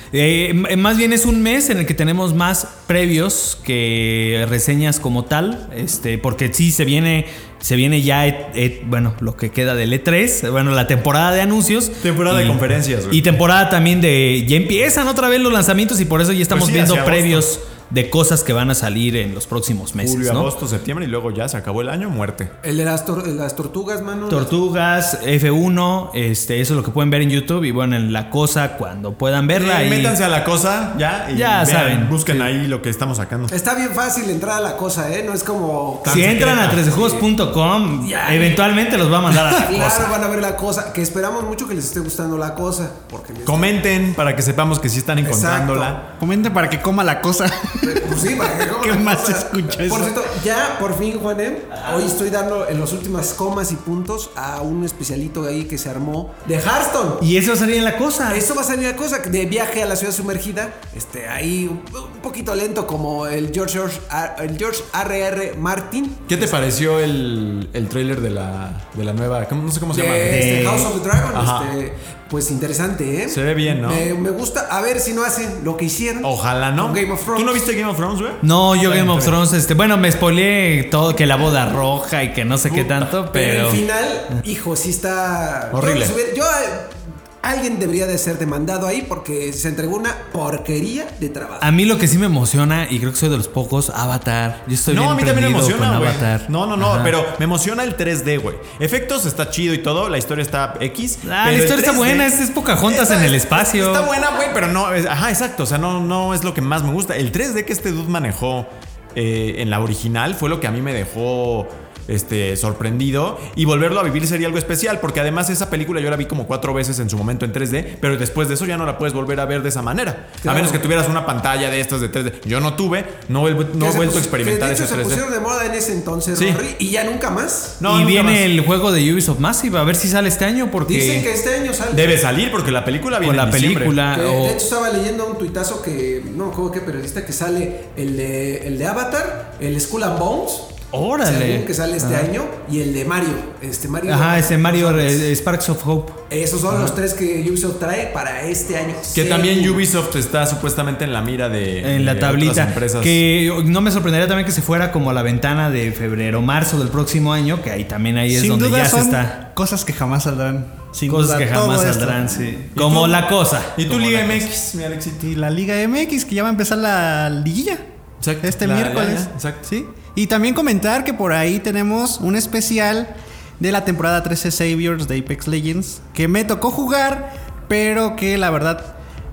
eh, más bien es un mes en el que tenemos más previos que reseñas como tal. Este, porque sí se viene. Se viene ya, et, et, bueno, lo que queda del E tres, bueno, la temporada de anuncios. Temporada y, de conferencias, güey. Y temporada también de... Ya empiezan otra vez los lanzamientos y por eso ya estamos Pues sí, viendo hacia previos agosto. De cosas que van a salir en los próximos meses, Julio, ¿no? agosto, septiembre y luego ya se acabó el año, muerte. El de las, tor- las tortugas, mano. Tortugas, F uno, este, eso es lo que pueden ver en YouTube y bueno, en La Cosa cuando puedan verla. Eh, y métanse a la cosa ya y Ya vean, saben. busquen ahí lo que estamos sacando. Está bien fácil entrar a la cosa, ¿eh? No es como... Si entran a tres de juegos punto com, Ya. eventualmente los va a mandar a La Claro, Cosa. van a ver la cosa. Que esperamos mucho que les esté gustando la cosa. Porque me- Comenten para que sepamos que sí están Exacto. encontrándola. Comenten para que coma la cosa. Pues sí, para que ¿Qué la más cosa. escucha eso? Por cierto, ya por fin, Juanem, hoy estoy dando en las últimas comas y puntos a un especialito ahí que se armó de Hearthstone. Y eso sería en La Cosa. Esto va a ser la cosa de viaje a la ciudad sumergida. Este, ahí un, un poquito lento como el George, George, el George R R. Martin. ¿Qué te pareció el, el trailer de la, de la nueva? ¿cómo- No sé cómo se De llama. este, De- House of the Dragon. Ajá. Este, pues interesante, ¿eh? Se ve bien, ¿no? Me, me gusta. A ver si no hacen lo que hicieron. Ojalá no. Con Game of Thrones. ¿Tú no viste Game of Thrones, güey? No, yo Está Game bien, of está bien. Thrones, este, bueno, me spoileé todo, que la boda roja y que no sé qué tanto, Pero pero... el final, hijo, sí está Horrible. Yo, yo, eh, alguien debería de ser demandado ahí porque se entregó una porquería de trabajo. A mí lo que sí me emociona, y creo que soy de los pocos, Avatar. Yo estoy No, bien a mí también me prendido emociona, con güey. Avatar. No, no, no, Ajá. pero me emociona el tres D, güey. Efectos está chido y todo, la historia está X. Ah, pero la el historia está tres D buena, es, es Pocahontas Está- en el espacio. Está buena, güey, pero no, es- ajá, exacto, o sea, no, no es lo que más me gusta. El tres D que este dude manejó eh, en la original fue lo que a mí me dejó este, sorprendido, y volverlo a vivir sería algo especial, porque además esa película yo la vi como cuatro veces en su momento en tres D, pero después de eso ya no la puedes volver a ver de esa manera, Claro. a menos que tuvieras una pantalla de estas de tres D. Yo no tuve, no, he vuel- no Que he se vuelto a pus- experimentar que de hecho ese se tres D. pusieron de moda en ese entonces, Sí. Rory, y ya nunca más. No, y nunca viene más. el juego de Ubisoft Massive, a ver si sale este año, porque Dicen que este año sale. Debe salir porque la película viene con la en diciembre. película Que, o- de hecho estaba leyendo un tuitazo que no me acuerdo qué periodista, que sale el de, el de Avatar, el Skull and Bones. Órale. Según que sale este Ajá. año, y el de Mario, este Mario. Ajá, ese Mario eh, Sparks of Hope. Esos son los tres que Ubisoft trae para este año. Que Seguro. también Ubisoft está supuestamente en la mira de, En la de tablita. otras empresas. Que no me sorprendería también que se fuera como a la ventana de febrero, marzo del próximo año, que ahí también ahí es Sin donde duda ya son se está. cosas que jamás saldrán. Sin Cosas duda, que todo jamás esto. saldrán, sí. ¿Y Como tú? La Cosa. ¿Y tu Como Liga La M Cosa. X, mi Alexito? Y la Liga M X, que ya va a empezar la liguilla. Exacto. Este La- miércoles. ya, ya, exacto. Sí. Y también comentar que por ahí tenemos un especial de la temporada trece Saviors de Apex Legends que me tocó jugar, pero que la verdad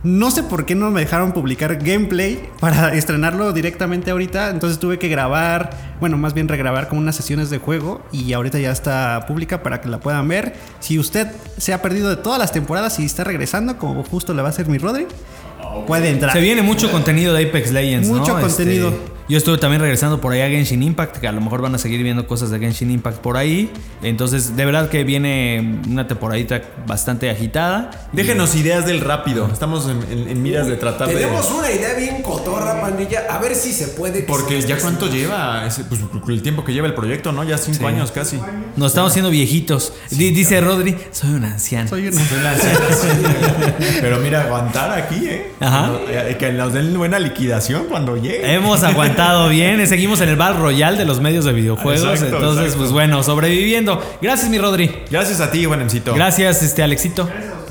No sé por qué no me dejaron publicar gameplay para estrenarlo directamente ahorita. Entonces tuve que grabar, bueno, más bien regrabar como unas sesiones de juego. Y ahorita ya está pública para que la puedan ver. Si usted se ha perdido de todas las temporadas y está regresando, como justo le va a hacer mi Rodri, puede entrar. Se viene mucho contenido de Apex Legends, Mucho ¿no? contenido. Este, yo estuve también regresando por ahí a Genshin Impact, que a lo mejor van a seguir viendo cosas de Genshin Impact por ahí. Entonces, de verdad que viene una temporadita bastante agitada. Déjenos ideas del rápido. Estamos en, en, en miras de tratar de... Tenemos una idea bien cotorra, pandilla. A ver si se puede. Porque se ya cuánto lleva, ese, pues el tiempo que lleva el proyecto, ¿no? Ya cinco Sí. años casi. Nos estamos haciendo viejitos. D- dice Rodri, soy un anciano. Soy una... Soy una anciana. Pero mira, aguantar aquí, ¿eh? Ajá. Cuando- eh, que nos den buena liquidación cuando llegue. Hemos aguantado bien. Seguimos en el Battle Royale de los medios de videojuegos. Exacto, Entonces, exacto. pues bueno, sobreviviendo. Gracias, mi Rodri. Gracias a ti, Juanemcito. Gracias, este Alexito.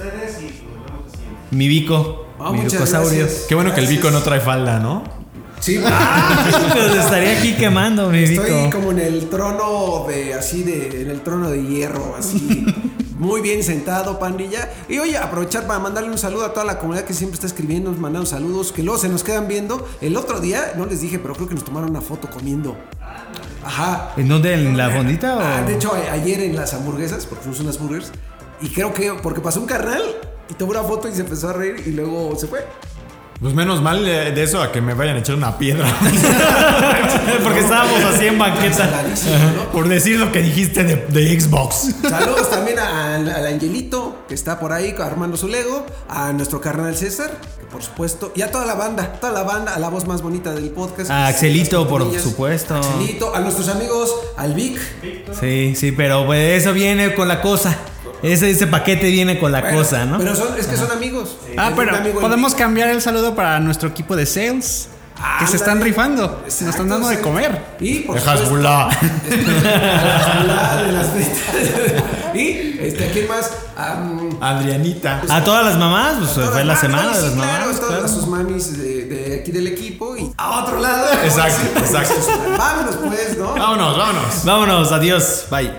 Mi Vico. Ah, mi muchas Vicosaurio. gracias. Qué bueno que el Gracias. Vico no trae falda, ¿no? Sí, Pues estaría aquí quemando, mi Vico. estoy como en el trono de así de en el trono de hierro, así muy bien sentado, pandilla. Y oye, aprovechar para mandarle un saludo a toda la comunidad que siempre está escribiendo, nos mandan saludos, que luego se nos quedan viendo. El otro día, no les dije, pero creo que nos tomaron una foto comiendo. Ajá. ¿En dónde? ¿En la fondita o...? Ah, de hecho, a- ayer en las hamburguesas, porque fuimos unas burgers, y creo que porque pasó un carnal y tomó una foto y se empezó a reír y luego se fue. Pues menos mal eh, de eso a que me vayan a echar una piedra. Porque estábamos así en banqueta. Saladísimo, ¿no? Por decir lo que dijiste de, de Xbox. Saludos también a- al, al Angelito, que está por ahí armando su Lego, a nuestro carnal César, que por supuesto, y a toda la banda, toda la banda, a la voz más bonita del podcast. A Axelito, Las por cortinillas. supuesto. Axelito, a nuestros amigos, al Vic. Sí, sí, pero pues eso viene con la cosa. Ese, ese paquete viene con la Bueno, cosa, ¿no? Pero son, es que son amigos. Ah, Es pero un amigo el podemos Vic. cambiar el saludo para nuestro equipo de sales. Que se están Ándale. rifando. Exacto, Nos están dando de sí. comer. Y por Dejas supuesto, burla. Hezbollah de las fritas. Y este, ¿quién más? Um, Adrianita. A todas las mamás, pues todas fue la las semana mamis, de las sí, mamás. claro, todas claro. sus mamis de, de aquí del equipo y a otro lado. Exacto, Sí, exacto. Vámonos pues, ¿no? Vámonos, vámonos. Vámonos, adiós, bye.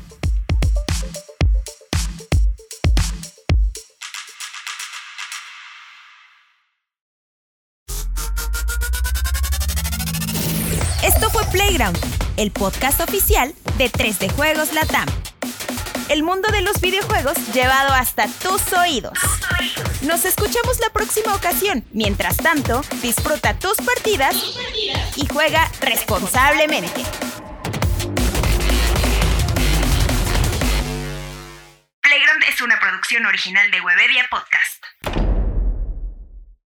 Esto fue Playground, el podcast oficial de tres D Juegos Latam. El mundo de los videojuegos llevado hasta tus oídos. Nos escuchamos la próxima ocasión. Mientras tanto, disfruta tus partidas y juega responsablemente. Playground es una producción original de Webedia Podcast.